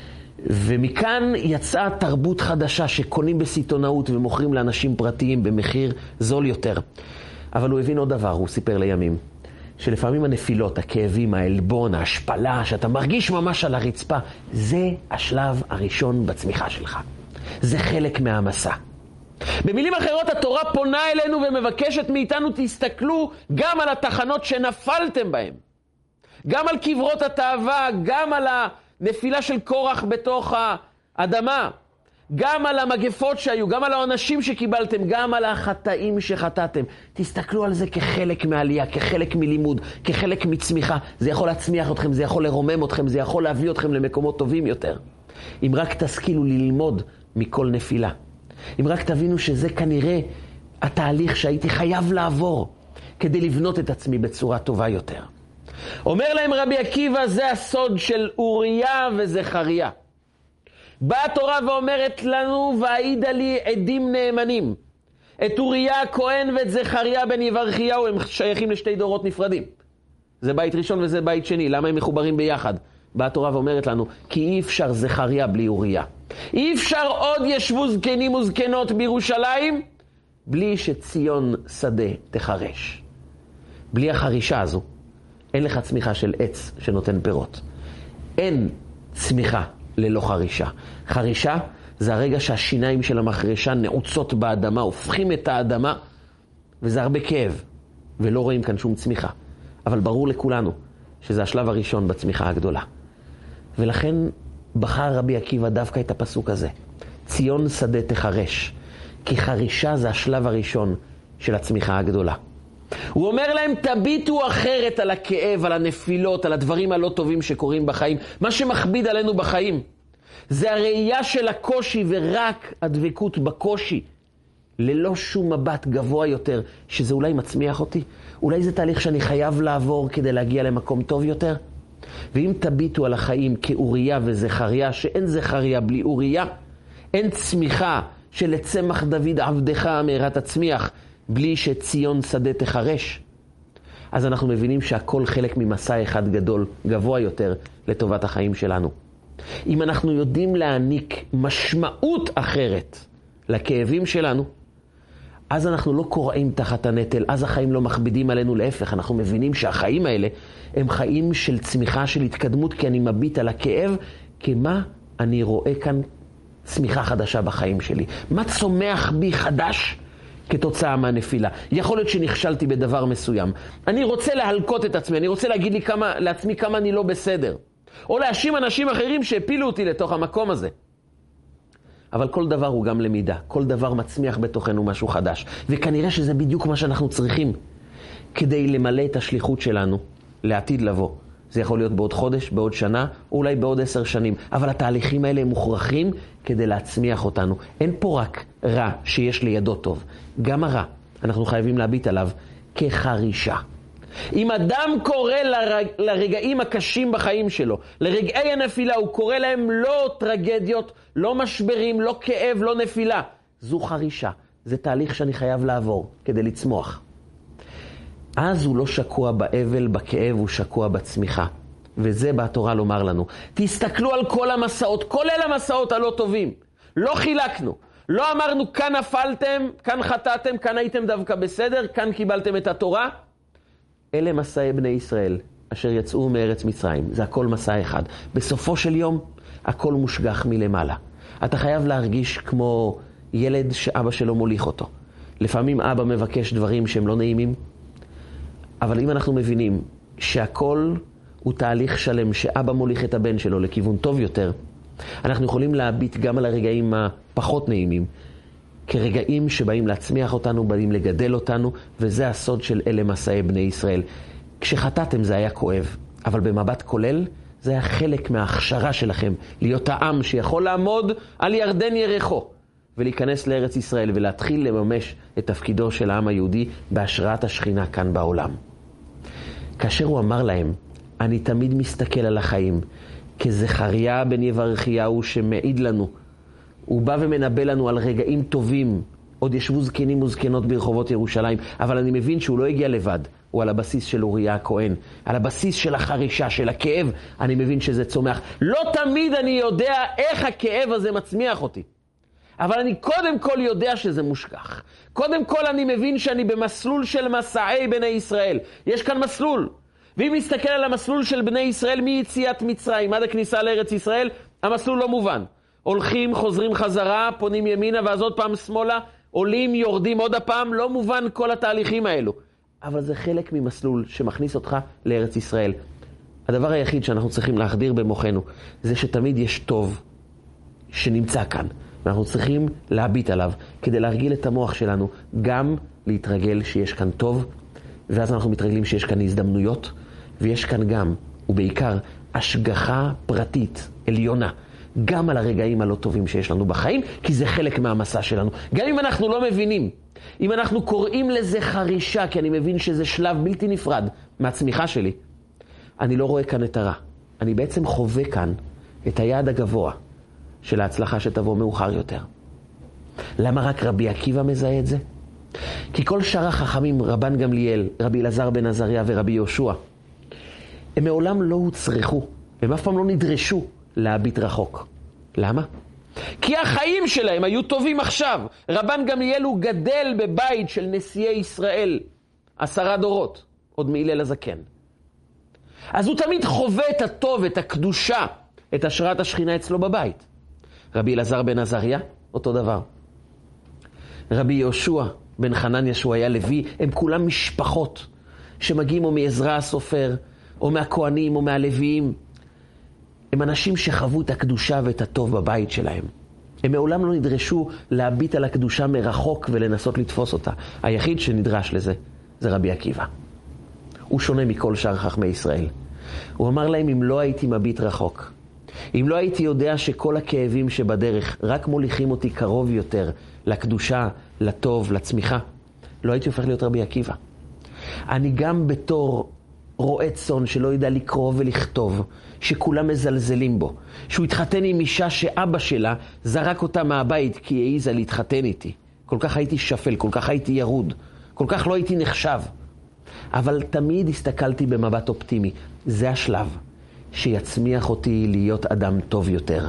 ומכאן יצאה תרבות חדשה שקונים בסיטונאות ומוכרים לאנשים פרטיים במחיר זול יותר. אבל הוא הבין עוד דבר, הוא סיפר לימים, שלפעמים הנפילות, הכאבים, העלבון, ההשפלה, שאתה מרגיש ממש על הרצפה, זה השלב הראשון בצמיחה שלך. זה חלק מהמסע. במילים אחרות, התורה פונה אלינו ומבקשת מאיתנו, תסתכלו גם על התחנות שנפלתם בהן. גם על קברות התאווה, גם על הנפילה של קורח בתוך האדמה, גם על המגפות שהיו, גם על העונשים שקיבלתם, גם על החטאים שחטאתם. תסתכלו על זה כחלק מעלייה, כחלק מלימוד, כחלק מצמיחה. זה יכול להצמיח אתכם, זה יכול לרומם אתכם, זה יכול להביא אתכם למקומות טובים יותר. אם רק תשכילו ללמוד מכל נפילה. אם רק תבינו שזה כנראה התהליך שהייתי חייב לעבור כדי לבנות את עצמי בצורה טובה יותר. אומר להם רבי עקיבא, זה הסוד של אוריה וזכריה. באה התורה ואומרת לנו, והעידה לי עדים נאמנים. את אוריה הכהן ואת זכריה בן יברכיהו, הם שייכים לשתי דורות נפרדים. זה בית ראשון וזה בית שני, למה הם מחוברים ביחד? באה התורה ואומרת לנו, כי אי אפשר זכריה בלי אוריה. אי אפשר עוד ישבו זקנים וזקנות בירושלים, בלי שציון שדה תחרש. בלי החרישה הזו, אין לך צמיחה של עץ שנותן פירות. אין צמיחה ללא חרישה. חרישה זה הרגע שהשיניים של המחרשה נעוצות באדמה, הופכים את האדמה, וזה הרבה כאב, ולא רואים כאן שום צמיחה. אבל ברור לכולנו שזה השלב הראשון בצמיחה הגדולה. ולכן בחר רבי עקיבא דווקא את הפסוק הזה. ציון שדה תחרש, כי חרישה זה השלב הראשון של הצמיחה הגדולה. הוא אומר להם, תביטו אחרת על הכאב, על הנפילות, על הדברים הלא טובים שקורים בחיים. מה שמכביד עלינו בחיים זה הראייה של הקושי ורק הדבקות בקושי, ללא שום מבט גבוה יותר, שזה אולי מצמיח אותי. אולי זה תהליך שאני חייב לעבור כדי להגיע למקום טוב יותר. ואם תביטו על החיים כאוריה וזכריה, שאין זכריה בלי אוריה, אין צמיחה של צמח דוד עבדך מהרה תצמיח, בלי שציון שדה תחרש, אז אנחנו מבינים שהכל חלק ממסע אחד גדול, גבוה יותר, לטובת החיים שלנו. אם אנחנו יודעים להעניק משמעות אחרת לכאבים שלנו, אז אנחנו לא קוראים תחת הנטל, אז החיים לא מכבידים עלינו, להפך, אנחנו מבינים שהחיים האלה הם חיים של צמיחה, של התקדמות, כי אני מביט על הכאב, כמה אני רואה כאן צמיחה חדשה בחיים שלי. מה צומח בי חדש כתוצאה מהנפילה? יכול להיות שנכשלתי בדבר מסוים. אני רוצה להלקות את עצמי, אני רוצה להגיד לי כמה, לעצמי כמה אני לא בסדר. או להאשים אנשים אחרים שהפילו אותי לתוך המקום הזה. אבל כל דבר הוא גם למידה. כל דבר מצמיח בתוכנו משהו חדש. וכנראה שזה בדיוק מה שאנחנו צריכים כדי למלא את השליחות שלנו לעתיד לבוא. זה יכול להיות בעוד חודש, בעוד שנה, או אולי בעוד עשר שנים. אבל התהליכים האלה הם מוכרחים כדי להצמיח אותנו. אין פה רק רע שיש לידו טוב. גם הרע, אנחנו חייבים להביט עליו כחרישה. אם אדם קורא לרג... לרגעים הקשים בחיים שלו, לרגעי הנפילה, הוא קורא להם לא טרגדיות, לא משברים, לא כאב, לא נפילה. זו חרישה. זה תהליך שאני חייב לעבור כדי לצמוח. אז הוא לא שקוע באבל, בכאב, הוא שקוע בצמיחה. וזה בתורה לומר לנו. תסתכלו על כל המסעות, כולל המסעות הלא טובים. לא חילקנו. לא אמרנו, כאן נפלתם, כאן חטאתם, כאן הייתם דווקא בסדר, כאן קיבלתם את התורה. אלה מסעי בני ישראל, אשר יצאו מארץ מצרים. זה הכל מסע אחד. בסופו של יום, הכל מושגח מלמעלה. אתה חייב להרגיש כמו ילד שאבא שלו מוליך אותו. לפעמים אבא מבקש דברים שהם לא נעימים, אבל אם אנחנו מבינים שהכל הוא תהליך שלם, שאבא מוליך את הבן שלו לכיוון טוב יותר, אנחנו יכולים להביט גם על הרגעים הפחות נעימים, כרגעים שבאים להצמיח אותנו, באים לגדל אותנו, וזה הסוד של אלה מסעי בני ישראל. כשחטאתם זה היה כואב, אבל במבט כולל זה היה חלק מההכשרה שלכם, להיות העם שיכול לעמוד על ירדן ירחו, ולהיכנס לארץ ישראל ולהתחיל לממש את תפקידו של העם היהודי בהשראת השכינה כאן בעולם. כאשר הוא אמר להם, אני תמיד מסתכל על החיים כזכריה בן יברכיהו שמעיד לנו, הוא בא ומנבא לנו על רגעים טובים עוד ישבו זקנים וזקנות ברחובות ירושלים, אבל אני מבין שהוא לא הגיע לבד. הוא על הבסיס של אוריה הכהן, על הבסיס של החרישה, של הכאב. אני מבין שזה צומח. לא תמיד אני יודע איך הכאב הזה מצמיח אותי. אבל אני קודם כל יודע שזה מושכח. קודם כל אני מבין שאני במסלול של מסעי בני ישראל. יש כאן מסלול. ואם נסתכל על המסלול של בני ישראל מיציאת מצרים עד הכניסה לארץ ישראל, המסלול לא מובן. הולכים, חוזרים חזרה, פונים ימינה ואז עוד פעם שמאלה, עולים, יורדים עוד הפעם, לא מובן כל התהליכים האלו. אבל זה חלק ממסלול שמכניס אותך לארץ ישראל. הדבר היחיד שאנחנו צריכים להחדיר במוחנו, זה שתמיד יש טוב שנמצא כאן. ואנחנו צריכים להביט עליו, כדי להרגיל את המוח שלנו, גם להתרגל שיש כאן טוב, ואז אנחנו מתרגלים שיש כאן הזדמנויות, ויש כאן גם, ובעיקר, השגחה פרטית, עליונה, גם על הרגעים הלא טובים שיש לנו בחיים, כי זה חלק מהמסע שלנו. גם אם אנחנו לא מבינים, אם אנחנו קוראים לזה חרישה, כי אני מבין שזה שלב בלתי נפרד מהצמיחה שלי, אני לא רואה כאן את הרע. אני בעצם חווה כאן את היעד הגבוה של ההצלחה שתבוא מאוחר יותר. למה רק רבי עקיבא מזהה את זה? כי כל שאר החכמים, רבן גמליאל, רבי אלעזר בן עזריה ורבי יהושע, הם מעולם לא הוצרכו, הם אף פעם לא נדרשו להביט רחוק. למה? כי החיים שלהם היו טובים עכשיו. רבן גמליאל הוא גדל בבית של נשיאי ישראל, עשרה דורות, עוד מהלל הזקן. אז הוא תמיד חווה את הטוב, את הקדושה, את השראת השכינה אצלו בבית. רבי אלעזר בן עזריה, אותו דבר. רבי יהושע בן חנניה, שהוא היה לוי, הם כולם משפחות שמגיעים או מעזרא הסופר, או מהכהנים, או מהלוויים. הם אנשים שחוו את הקדושה ואת הטוב בבית שלהם. הם מעולם לא נדרשו להביט על הקדושה מרחוק ולנסות לתפוס אותה. היחיד שנדרש לזה זה רבי עקיבא. הוא שונה מכל שאר חכמי ישראל. הוא אמר להם, אם לא הייתי מביט רחוק, אם לא הייתי יודע שכל הכאבים שבדרך רק מוליכים אותי קרוב יותר לקדושה, לטוב, לצמיחה, לא הייתי הופך להיות רבי עקיבא. אני גם בתור רועה צאן שלא יודע לקרוא ולכתוב, שכולם מזלזלים בו, שהוא התחתן עם אישה שאבא שלה זרק אותה מהבית כי היא העיזה להתחתן איתי. כל כך הייתי שפל, כל כך הייתי ירוד, כל כך לא הייתי נחשב. אבל תמיד הסתכלתי במבט אופטימי. זה השלב שיצמיח אותי להיות אדם טוב יותר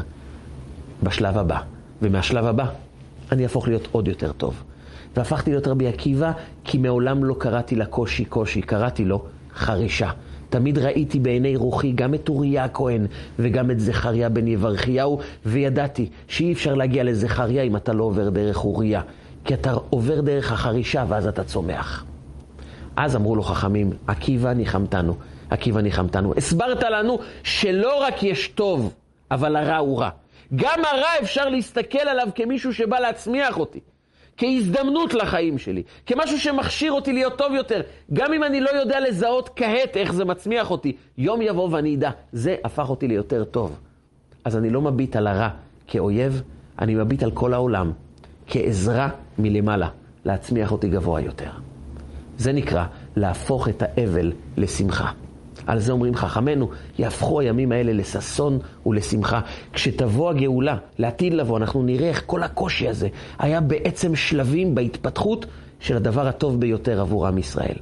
בשלב הבא. ומהשלב הבא אני אהפוך להיות עוד יותר טוב. והפכתי להיות רבי עקיבא כי מעולם לא קראתי לקושי קושי, קראתי לו חרישה. תמיד ראיתי בעיני רוחי גם את אוריה הכהן וגם את זכריה בן יברכיהו, וידעתי שאי אפשר להגיע לזכריה אם אתה לא עובר דרך אוריה, כי אתה עובר דרך החרישה ואז אתה צומח. אז אמרו לו חכמים, עקיבא ניחמתנו, עקיבא ניחמתנו. הסברת לנו שלא רק יש טוב, אבל הרע הוא רע. גם הרע אפשר להסתכל עליו כמישהו שבא להצמיח אותי, כהזדמנות לחיים שלי, כמשהו שמכשיר אותי להיות טוב יותר. גם אם אני לא יודע לזהות כעת איך זה מצמיח אותי, יום יבוא ואני אדע, זה הפך אותי ליותר טוב. אז אני לא מביט על הרע כאויב, אני מביט על כל העולם כעזרה מלמעלה, להצמיח אותי גבוה יותר. זה נקרא להפוך את האבל לשמחה. על זה אומרים חכמנו, יהפכו הימים האלה לששון ולשמחה. כשתבוא הגאולה, לעתיד לבוא, אנחנו נראה איך כל הקושי הזה היה בעצם שלבים בהתפתחות של הדבר הטוב ביותר עבור עם ישראל.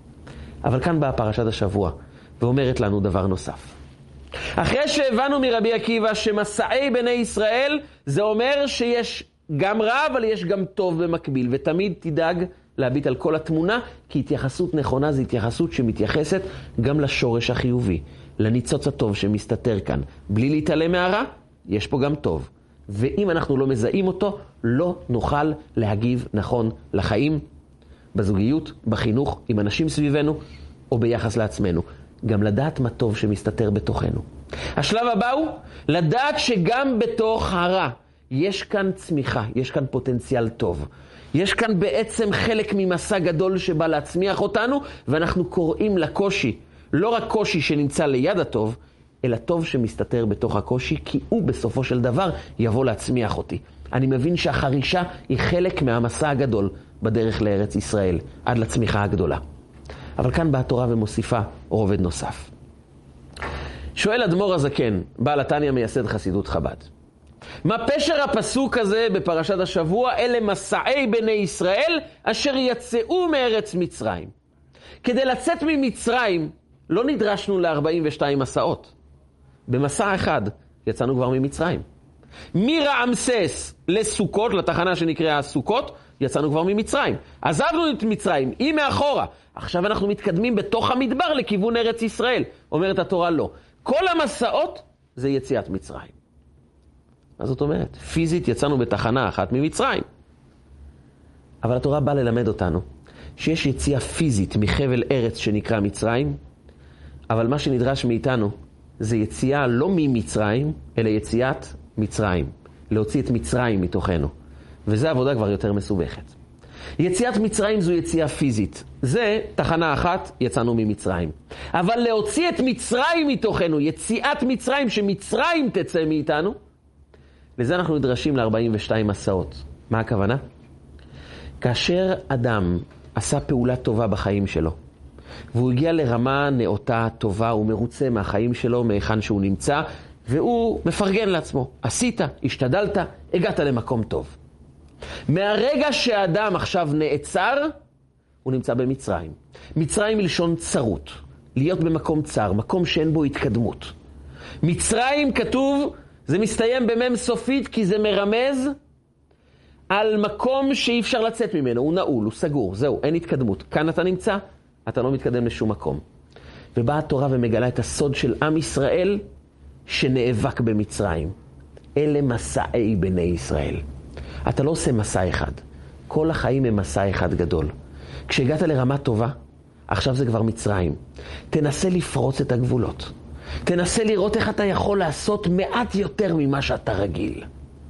אבל כאן באה פרשת השבוע, ואומרת לנו דבר נוסף. אחרי שהבנו מרבי עקיבא שמסעי בני ישראל, זה אומר שיש גם רע, אבל יש גם טוב במקביל, ותמיד תדאג להביט על כל התמונה, כי התייחסות נכונה זה התייחסות שמתייחסת גם לשורש החיובי, לניצוץ הטוב שמסתתר כאן. בלי להתעלם מהרע, יש פה גם טוב. ואם אנחנו לא מזהים אותו, לא נוכל להגיב נכון לחיים, בזוגיות, בחינוך, עם אנשים סביבנו, או ביחס לעצמנו. גם לדעת מה טוב שמסתתר בתוכנו. השלב הבא הוא לדעת שגם בתוך הרע יש כאן צמיחה, יש כאן פוטנציאל טוב. יש כאן בעצם חלק ממסע גדול שבא להצמיח אותנו, ואנחנו קוראים לקושי, לא רק קושי שנמצא ליד הטוב, אלא טוב שמסתתר בתוך הקושי, כי הוא בסופו של דבר יבוא להצמיח אותי. אני מבין שהחרישה היא חלק מהמסע הגדול בדרך לארץ ישראל, עד לצמיחה הגדולה. אבל כאן באה התורה ומוסיפה רובד נוסף. שואל אדמו"ר הזקן, בעל התניא מייסד חסידות חב"ד, מה פשר הפסוק הזה בפרשת השבוע? אלה מסעי בני ישראל אשר יצאו מארץ מצרים. כדי לצאת ממצרים לא נדרשנו ל-ארבעים ושתיים מסעות. במסע אחד יצאנו כבר ממצרים. מרעמסס לסוכות, לתחנה שנקראה סוכות, יצאנו כבר ממצרים. עזבנו את מצרים, היא מאחורה. עכשיו אנחנו מתקדמים בתוך המדבר לכיוון ארץ ישראל. אומרת התורה לא. כל המסעות זה יציאת מצרים. מה זאת אומרת? פיזית יצאנו בתחנה אחת ממצרים. אבל התורה באה ללמד אותנו שיש יציאה פיזית מחבל ארץ שנקרא מצרים, אבל מה שנדרש מאיתנו זה יציאה לא ממצרים, אלא יציאת מצרים. להוציא את מצרים מתוכנו. וזו עבודה כבר יותר מסובכת. יציאת מצרים זו יציאה פיזית. זה תחנה אחת, יצאנו ממצרים. אבל להוציא את מצרים מתוכנו, יציאת מצרים, שמצרים תצא מאיתנו, לזה אנחנו נדרשים ל-ארבעים ושתיים מסעות. מה הכוונה? כאשר אדם עשה פעולה טובה בחיים שלו, והוא הגיע לרמה נאותה, טובה, הוא מרוצה מהחיים שלו, מהיכן שהוא נמצא, והוא מפרגן לעצמו. עשית, השתדלת, הגעת למקום טוב. מהרגע שהאדם עכשיו נעצר, הוא נמצא במצרים. מצרים מלשון צרות, להיות במקום צר, מקום שאין בו התקדמות. מצרים כתוב, זה מסתיים במם סופית, כי זה מרמז על מקום שאי אפשר לצאת ממנו. הוא נעול, הוא סגור, זהו, אין התקדמות. כאן אתה נמצא, אתה לא מתקדם לשום מקום. ובאה התורה ומגלה את הסוד של עם ישראל שנאבק במצרים. אלה מסעי בני ישראל. אתה לא עושה מסע אחד. כל החיים הם מסע אחד גדול. כשהגעת לרמה טובה, עכשיו זה כבר מצרים. תנסה לפרוץ את הגבולות. תנסה לראות איך אתה יכול לעשות מעט יותר ממה שאתה רגיל.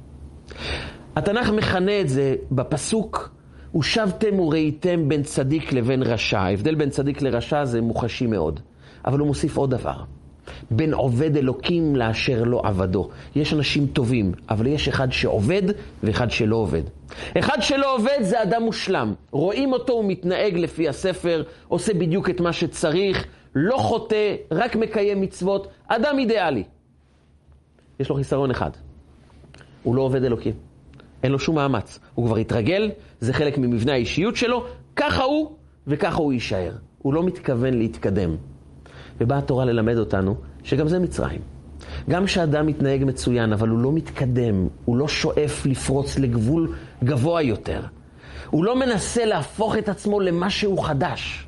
התנ"ך מכנה את זה בפסוק, ושבתם וראיתם בין צדיק לבין רשע. ההבדל בין צדיק לרשע זה מוחשי מאוד. אבל הוא מוסיף עוד דבר. בין עובד אלוקים לאשר לא עבדו. יש אנשים טובים, אבל יש אחד שעובד ואחד שלא עובד. אחד שלא עובד זה אדם מושלם. רואים אותו, הוא מתנהג לפי הספר, עושה בדיוק את מה שצריך, לא חוטא, רק מקיים מצוות. אדם אידיאלי. יש לו חיסרון אחד. הוא לא עובד אלוקים. אין לו שום מאמץ. הוא כבר התרגל, זה חלק ממבנה האישיות שלו, ככה הוא וככה הוא יישאר. הוא לא מתכוון להתקדם. ובאה התורה ללמד אותנו שגם זה מצרים. גם שאדם מתנהג מצוין, אבל הוא לא מתקדם, הוא לא שואף לפרוץ לגבול גבוה יותר. הוא לא מנסה להפוך את עצמו למשהו חדש.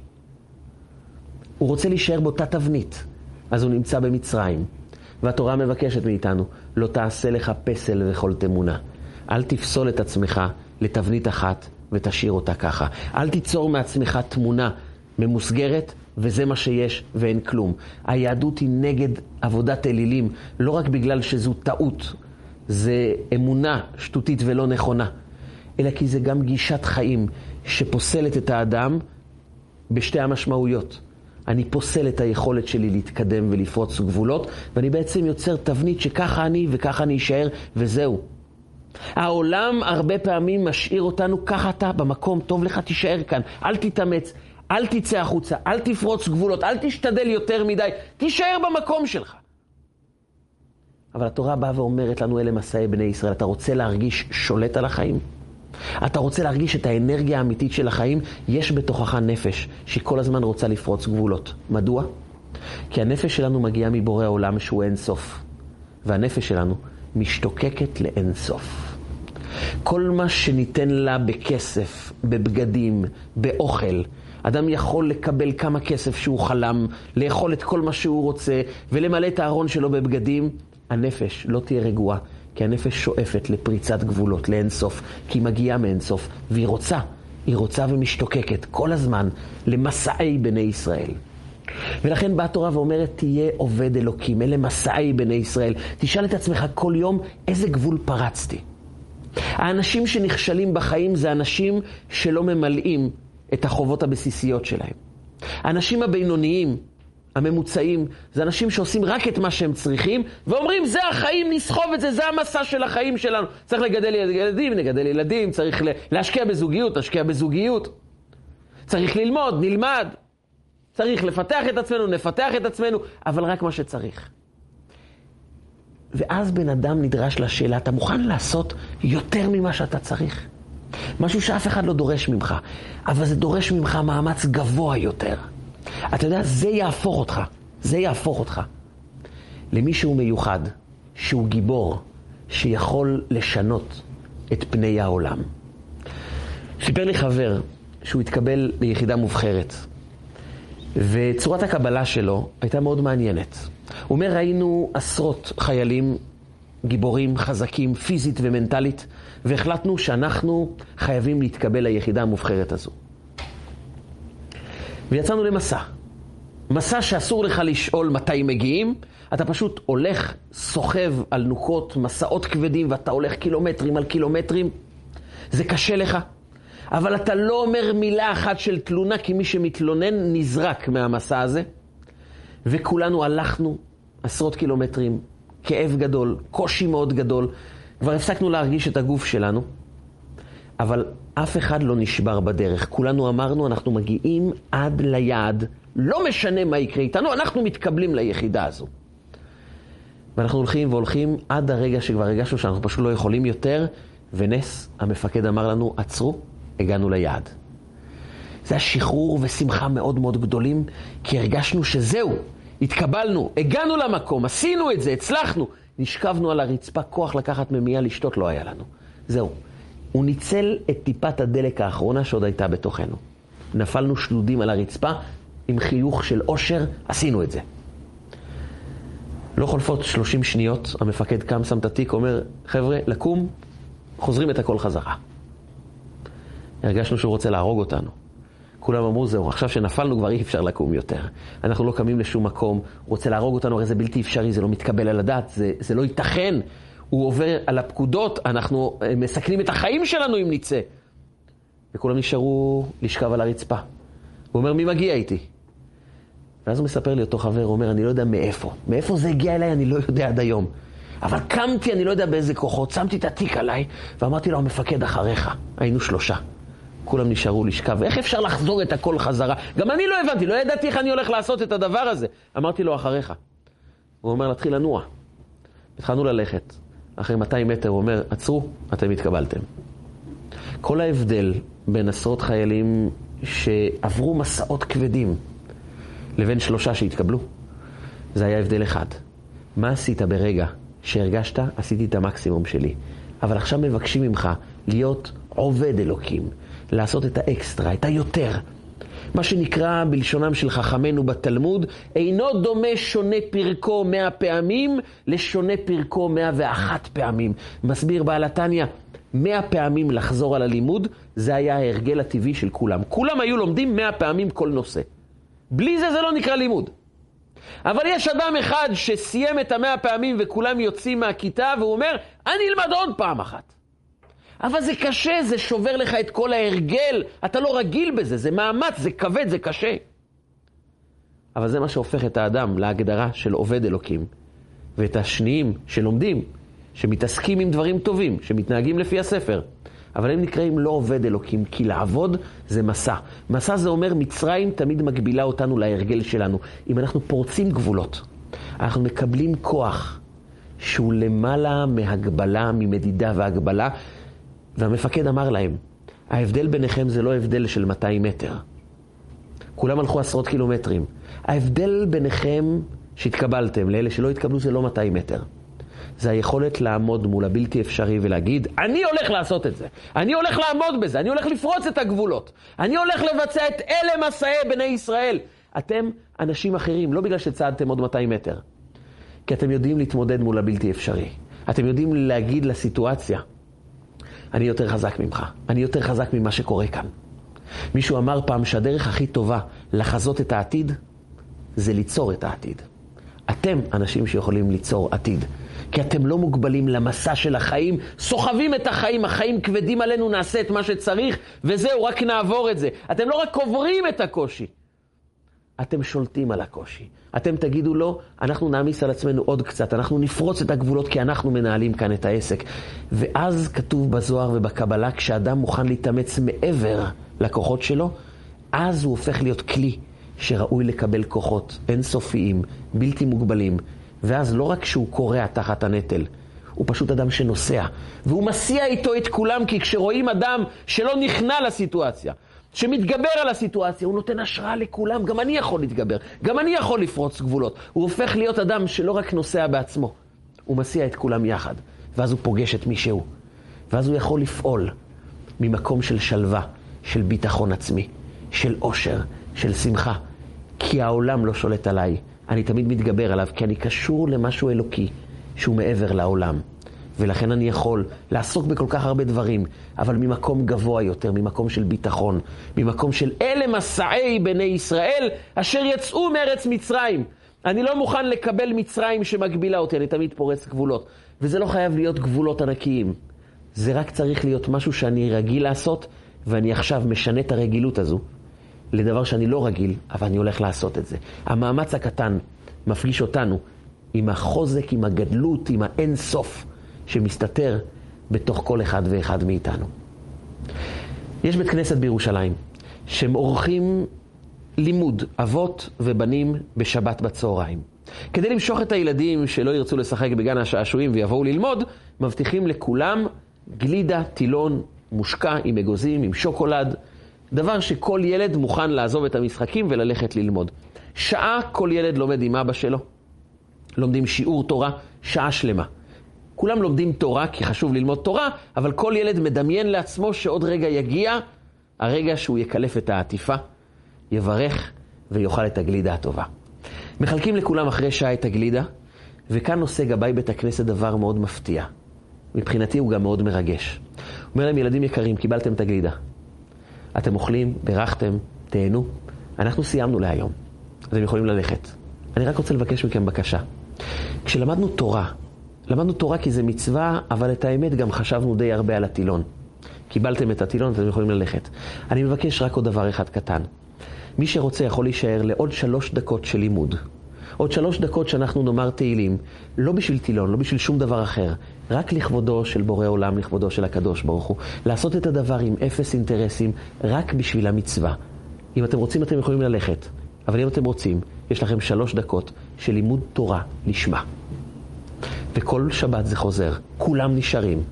הוא רוצה להישאר באותה תבנית. אז הוא נמצא במצרים. והתורה מבקשת מאיתנו, לא תעשה לך פסל וכל תמונה. אל תפסול את עצמך לתבנית אחת ותשאיר אותה ככה. אל תיצור מעצמך תמונה ממוסגרת, וזה מה שיש ואין כלום. היהדות היא נגד עבודת אלילים, לא רק בגלל שזו טעות, זה אמונה שטותית ולא נכונה, אלא כי זה גם גישת חיים שפוסלת את האדם בשתי המשמעויות. אני פוסל את היכולת שלי להתקדם ולפרוץ גבולות, ואני בעצם יוצר תבנית שככה אני וככה אני אשאר וזהו. העולם הרבה פעמים משאיר אותנו, ככה אתה במקום, טוב לך תישאר כאן, אל תתאמץ, אל תצא החוצה, אל תפרוץ גבולות, אל תשתדל יותר מדי, תישאר במקום שלך. אבל התורה באה ואומרת לנו, אלה מסעי בני ישראל, אתה רוצה להרגיש שולט על החיים? אתה רוצה להרגיש את האנרגיה האמיתית של החיים? יש בתוכך נפש שכל הזמן רוצה לפרוץ גבולות. מדוע? כי הנפש שלנו מגיעה מבורא העולם שהוא אין סוף. והנפש שלנו משתוקקת לאין סוף. כל מה שניתן לה בכסף, בבגדים, באוכל, אדם יכול לקבל כמה כסף שהוא חלם, לאכול את כל מה שהוא רוצה, ולמלא את הארון שלו בבגדים. הנפש לא תהיה רגועה, כי הנפש שואפת לפריצת גבולות, לאין סוף, כי היא מגיעה מאין סוף, והיא רוצה, היא רוצה ומשתוקקת כל הזמן למסעי בני ישראל. ולכן באה התורה ואומרת, תהיה עובד אלוקים, אלה מסעי בני ישראל. תשאל את עצמך כל יום, איזה גבול פרצתי? האנשים שנכשלים בחיים זה אנשים שלא ממלאים את החובות הבסיסיות שלהם. האנשים הבינוניים, הממוצעים, זה אנשים שעושים רק את מה שהם צריכים, ואומרים, זה החיים, נסחוב את זה, זה המסע של החיים שלנו. צריך לגדל ילדים, נגדל ילדים, צריך להשקיע בזוגיות, נשקיע בזוגיות. צריך ללמוד, נלמד. צריך לפתח את עצמנו, נפתח את עצמנו, אבל רק מה שצריך. ואז בן אדם נדרש לשאלה, אתה מוכן לעשות יותר ממה שאתה צריך? משהו שאף אחד לא דורש ממך, אבל זה דורש ממך מאמץ גבוה יותר. אתה יודע, זה יהפוך אותך, זה יהפוך אותך למישהו מיוחד, שהוא גיבור, שיכול לשנות את פני העולם. סיפר לי חבר שהוא התקבל ליחידה מובחרת, וצורת הקבלה שלו הייתה מאוד מעניינת. הוא אומר, ראינו עשרות חיילים גיבורים, חזקים, פיזית ומנטלית, והחלטנו שאנחנו חייבים להתקבל ליחידה המובחרת הזו. ויצאנו למסע. מסע שאסור לך לשאול מתי מגיעים, אתה פשוט הולך, סוחב על נוקות, מסעות כבדים, ואתה הולך קילומטרים על קילומטרים. זה קשה לך, אבל אתה לא אומר מילה אחת של תלונה, כי מי שמתלונן נזרק מהמסע הזה. וכולנו הלכנו עשרות קילומטרים, כאב גדול, קושי מאוד גדול, כבר הפסקנו להרגיש את הגוף שלנו, אבל אף אחד לא נשבר בדרך. כולנו אמרנו, אנחנו מגיעים עד ליעד, לא משנה מה יקרה איתנו, אנחנו מתקבלים ליחידה הזו. ואנחנו הולכים והולכים עד הרגע שכבר הרגשנו שאנחנו פשוט לא יכולים יותר, ונס, המפקד אמר לנו, עצרו, הגענו ליעד. זה היה שחרור ושמחה מאוד מאוד גדולים, כי הרגשנו שזהו, התקבלנו, הגענו למקום, עשינו את זה, הצלחנו. נשכבנו על הרצפה, כוח לקחת ממיה, לשתות לא היה לנו. זהו. הוא ניצל את טיפת הדלק האחרונה שעוד הייתה בתוכנו. נפלנו שלודים על הרצפה, עם חיוך של אושר, עשינו את זה. לא חולפות שלושים שניות, המפקד קם, שם את התיק, אומר, חבר'ה, לקום, חוזרים את הכל חזרה. הרגשנו שהוא רוצה להרוג אותנו. כולם אמרו, זהו, עכשיו שנפלנו כבר אי אפשר לקום יותר. אנחנו לא קמים לשום מקום, הוא רוצה להרוג אותנו, הרי זה בלתי אפשרי, זה לא מתקבל על הדעת, זה, זה לא ייתכן. הוא עובר על הפקודות, אנחנו מסכנים את החיים שלנו אם נצא. וכולם נשארו לשכב על הרצפה. הוא אומר, מי מגיע איתי? ואז הוא מספר לי אותו חבר, הוא אומר, אני לא יודע מאיפה. מאיפה זה הגיע אליי, אני לא יודע עד היום. אבל קמתי, אני לא יודע באיזה כוחות, שמתי את התיק עליי, ואמרתי לו, המפקד אחריך. היינו שלושה. כולם נשארו לשכב, ואיך אפשר לחזור את הכל חזרה? גם אני לא הבנתי, לא ידעתי איך אני הולך לעשות את הדבר הזה. אמרתי לו, אחריך. הוא אומר, להתחיל לנוע. התחלנו ללכת. אחרי מאתיים מטר הוא אומר, עצרו, אתם התקבלתם. כל ההבדל בין עשרות חיילים שעברו מסעות כבדים לבין שלושה שהתקבלו, זה היה הבדל אחד. מה עשית ברגע שהרגשת? עשיתי את המקסימום שלי. אבל עכשיו מבקשים ממך להיות עובד אלוקים, לעשות את האקסטרה, את היותר. מה שנקרא בלשונם של חכמנו בתלמוד, אינו דומה שונה פרקו מאה פעמים לשונה פרקו מאה ואחת פעמים. מסביר בעל התניא, מאה פעמים לחזור על הלימוד, זה היה ההרגל הטבעי של כולם. כולם היו לומדים מאה פעמים כל נושא. בלי זה זה לא נקרא לימוד. אבל יש אדם אחד שסיים את המאה פעמים וכולם יוצאים מהכיתה והוא אומר, אני אלמד עוד פעם אחת. אבל זה קשה, זה שובר לך את כל ההרגל, אתה לא רגיל בזה, זה מאמץ, זה כבד, זה קשה. אבל זה מה שהופך את האדם להגדרה של עובד אלוקים, ואת השניים שלומדים, שמתעסקים עם דברים טובים, שמתנהגים לפי הספר, אבל הם נקראים לא עובד אלוקים, כי לעבוד זה מסע. מסע זה אומר, מצרים תמיד מגבילה אותנו להרגל שלנו. אם אנחנו פורצים גבולות, אנחנו מקבלים כוח שהוא למעלה מהגבלה, ממדידה והגבלה, והמפקד אמר להם, ההבדל ביניכם זה לא הבדל של מאתיים מטר. כולם הלכו עשרות קילומטרים. ההבדל ביניכם שהתקבלתם, לאלה שלא התקבלו זה לא מאתיים מטר. זה היכולת לעמוד מול הבלתי אפשרי ולהגיד, אני הולך לעשות את זה. אני הולך לעמוד בזה. אני הולך לפרוץ את הגבולות. אני הולך לבצע את אלה מסעי בני ישראל. אתם אנשים אחרים, לא בגלל שצעדתם עוד מאתיים מטר. כי אתם יודעים להתמודד מול הבלתי אפשרי. אתם יודעים להגיד לסיטואציה, אני יותר חזק ממך. אני יותר חזק ממה שקורה כאן. מישהו אמר פעם שהדרך הכי טובה לחזות את העתיד, זה ליצור את העתיד. אתם אנשים שיכולים ליצור עתיד. כי אתם לא מוגבלים למסע של החיים, סוחבים את החיים, החיים כבדים עלינו, נעשה את מה שצריך, וזהו, רק נעבור את זה. אתם לא רק עוברים את הקושי, אתם שולטים על הקושי. אתם תגידו לו, אנחנו נעמיס על עצמנו עוד קצת, אנחנו נפרוץ את הגבולות, כי אנחנו מנהלים כאן את העסק. ואז כתוב בזוהר ובקבלה, כשאדם מוכן להתאמץ מעבר לכוחות שלו, אז הוא הופך להיות כלי שראוי לקבל כוחות אינסופיים, בלתי מוגבלים, ואז לא רק שהוא קורע תחת הנטל, הוא פשוט אדם שנוסע, והוא מסיע איתו את כולם, כי כשרואים אדם שלא נכנע לסיטואציה, שמתגבר על הסיטואציה, הוא נותן השראה לכולם, גם אני יכול להתגבר, גם אני יכול לפרוץ גבולות. הוא הופך להיות אדם שלא רק נוסע בעצמו, הוא מסיע את כולם יחד, ואז הוא פוגש את מישהו, ואז הוא יכול לפעול ממקום של שלווה, של ביטחון עצמי, של אושר, של שמחה, כי העולם לא שולט עליי, אני תמיד מתגבר עליו, כי אני קשור למשהו אלוקי, שהוא מעבר לעולם. ולכן אני יכול לעסוק בכל כך הרבה דברים, אבל ממקום גבוה יותר, ממקום של ביטחון, ממקום של אלה מסעי בני ישראל, אשר יצאו מארץ מצרים. אני לא מוכן לקבל מצרים שמגבילה אותי, אני תמיד פורץ גבולות. וזה לא חייב להיות גבולות ענקיים. זה רק צריך להיות משהו שאני רגיל לעשות, ואני עכשיו משנה את הרגילות הזו, לדבר שאני לא רגיל, אבל אני הולך לעשות את זה. המאמץ הקטן מפגיש אותנו עם החוזק, עם הגדלות, עם האין סוף, שמסתתר בתוך כל אחד ואחד מאיתנו. יש בית כנסת בירושלים, שהם עורכים לימוד אבות ובנים בשבת בצהריים. כדי למשוך את הילדים שלא ירצו לשחק בגן השעשועים ויבואו ללמוד, מבטיחים לכולם גלידה, טילון, מושקע עם אגוזים, עם שוקולד, דבר שכל ילד מוכן לעזוב את המשחקים וללכת ללמוד. שעה כל ילד לומד עם אבא שלו, לומדים שיעור תורה, שעה שלמה. כולם לומדים תורה כי חשוב ללמוד תורה, אבל כל ילד מדמיין לעצמו שעוד רגע יגיע, הרגע שהוא יקלף את העטיפה, יברך ויאכל את הגלידה הטובה. מחלקים לכולם אחרי שעה את הגלידה, וכאן נושא גבאי בית הכנסת דבר מאוד מפתיע. מבחינתי הוא גם מאוד מרגש. הוא אומר להם, ילדים יקרים, קיבלתם את הגלידה. אתם אוכלים, ברכתם, תהנו. אנחנו סיימנו להיום. אתם יכולים ללכת. אני רק רוצה לבקש מכם בקשה. כשלמדנו תורה, למדנו תורה כי זה מצווה, אבל את האמת גם חשבנו די הרבה על הטילון. קיבלתם את הטילון, אתם יכולים ללכת. אני מבקש רק עוד דבר אחד קטן. מי שרוצה יכול להישאר לעוד שלוש דקות של לימוד. עוד שלוש דקות שאנחנו נאמר תהילים, לא בשביל טילון, לא בשביל שום דבר אחר, רק לכבודו של בורא עולם, לכבודו של הקדוש ברוך הוא. לעשות את הדבר עם אפס אינטרסים, רק בשביל המצווה. אם אתם רוצים, אתם יכולים ללכת. אבל אם אתם רוצים, יש לכם שלוש דקות של לימוד תורה לשמה. וכל שבת זה חוזר, כולם נשארים.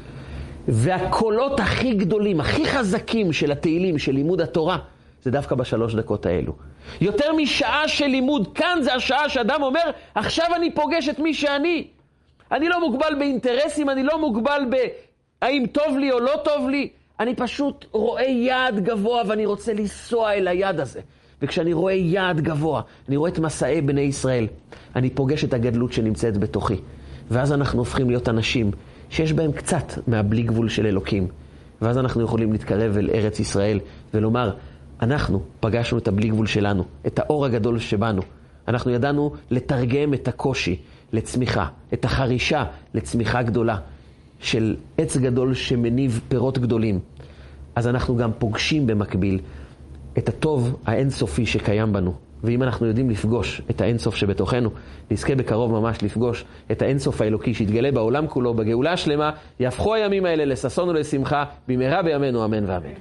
והקולות הכי גדולים, הכי חזקים של התהילים, של לימוד התורה, זה דווקא בשלוש דקות האלו. יותר משעה של לימוד, כאן זה השעה שאדם אומר, עכשיו אני פוגש את מי שאני. אני לא מוגבל באינטרסים, אני לא מוגבל בהאם טוב לי או לא טוב לי. אני פשוט רואה יעד גבוה ואני רוצה לנסוע אל היעד הזה. וכשאני רואה יעד גבוה, אני רואה את מסעי בני ישראל, אני פוגש את הגדלות שנמצאת בתוכי. ואז אנחנו הופכים להיות אנשים שיש בהם קצת מהבלי גבול של אלוקים. ואז אנחנו יכולים להתקרב אל ארץ ישראל ולומר, אנחנו פגשנו את הבלי גבול שלנו, את האור הגדול שבנו. אנחנו ידענו לתרגם את הקושי לצמיחה, את החרישה לצמיחה גדולה, של עץ גדול שמניב פירות גדולים. אז אנחנו גם פוגשים במקביל את הטוב האינסופי שקיים בנו. ואם אנחנו יודעים לפגוש את האינסוף שבתוכנו, נזכה בקרוב ממש לפגוש את האינסוף האלוקי שיתגלה בעולם כולו, בגאולה השלמה, יהפכו הימים האלה לששון ולשמחה, במהרה בימינו אמן ואמן.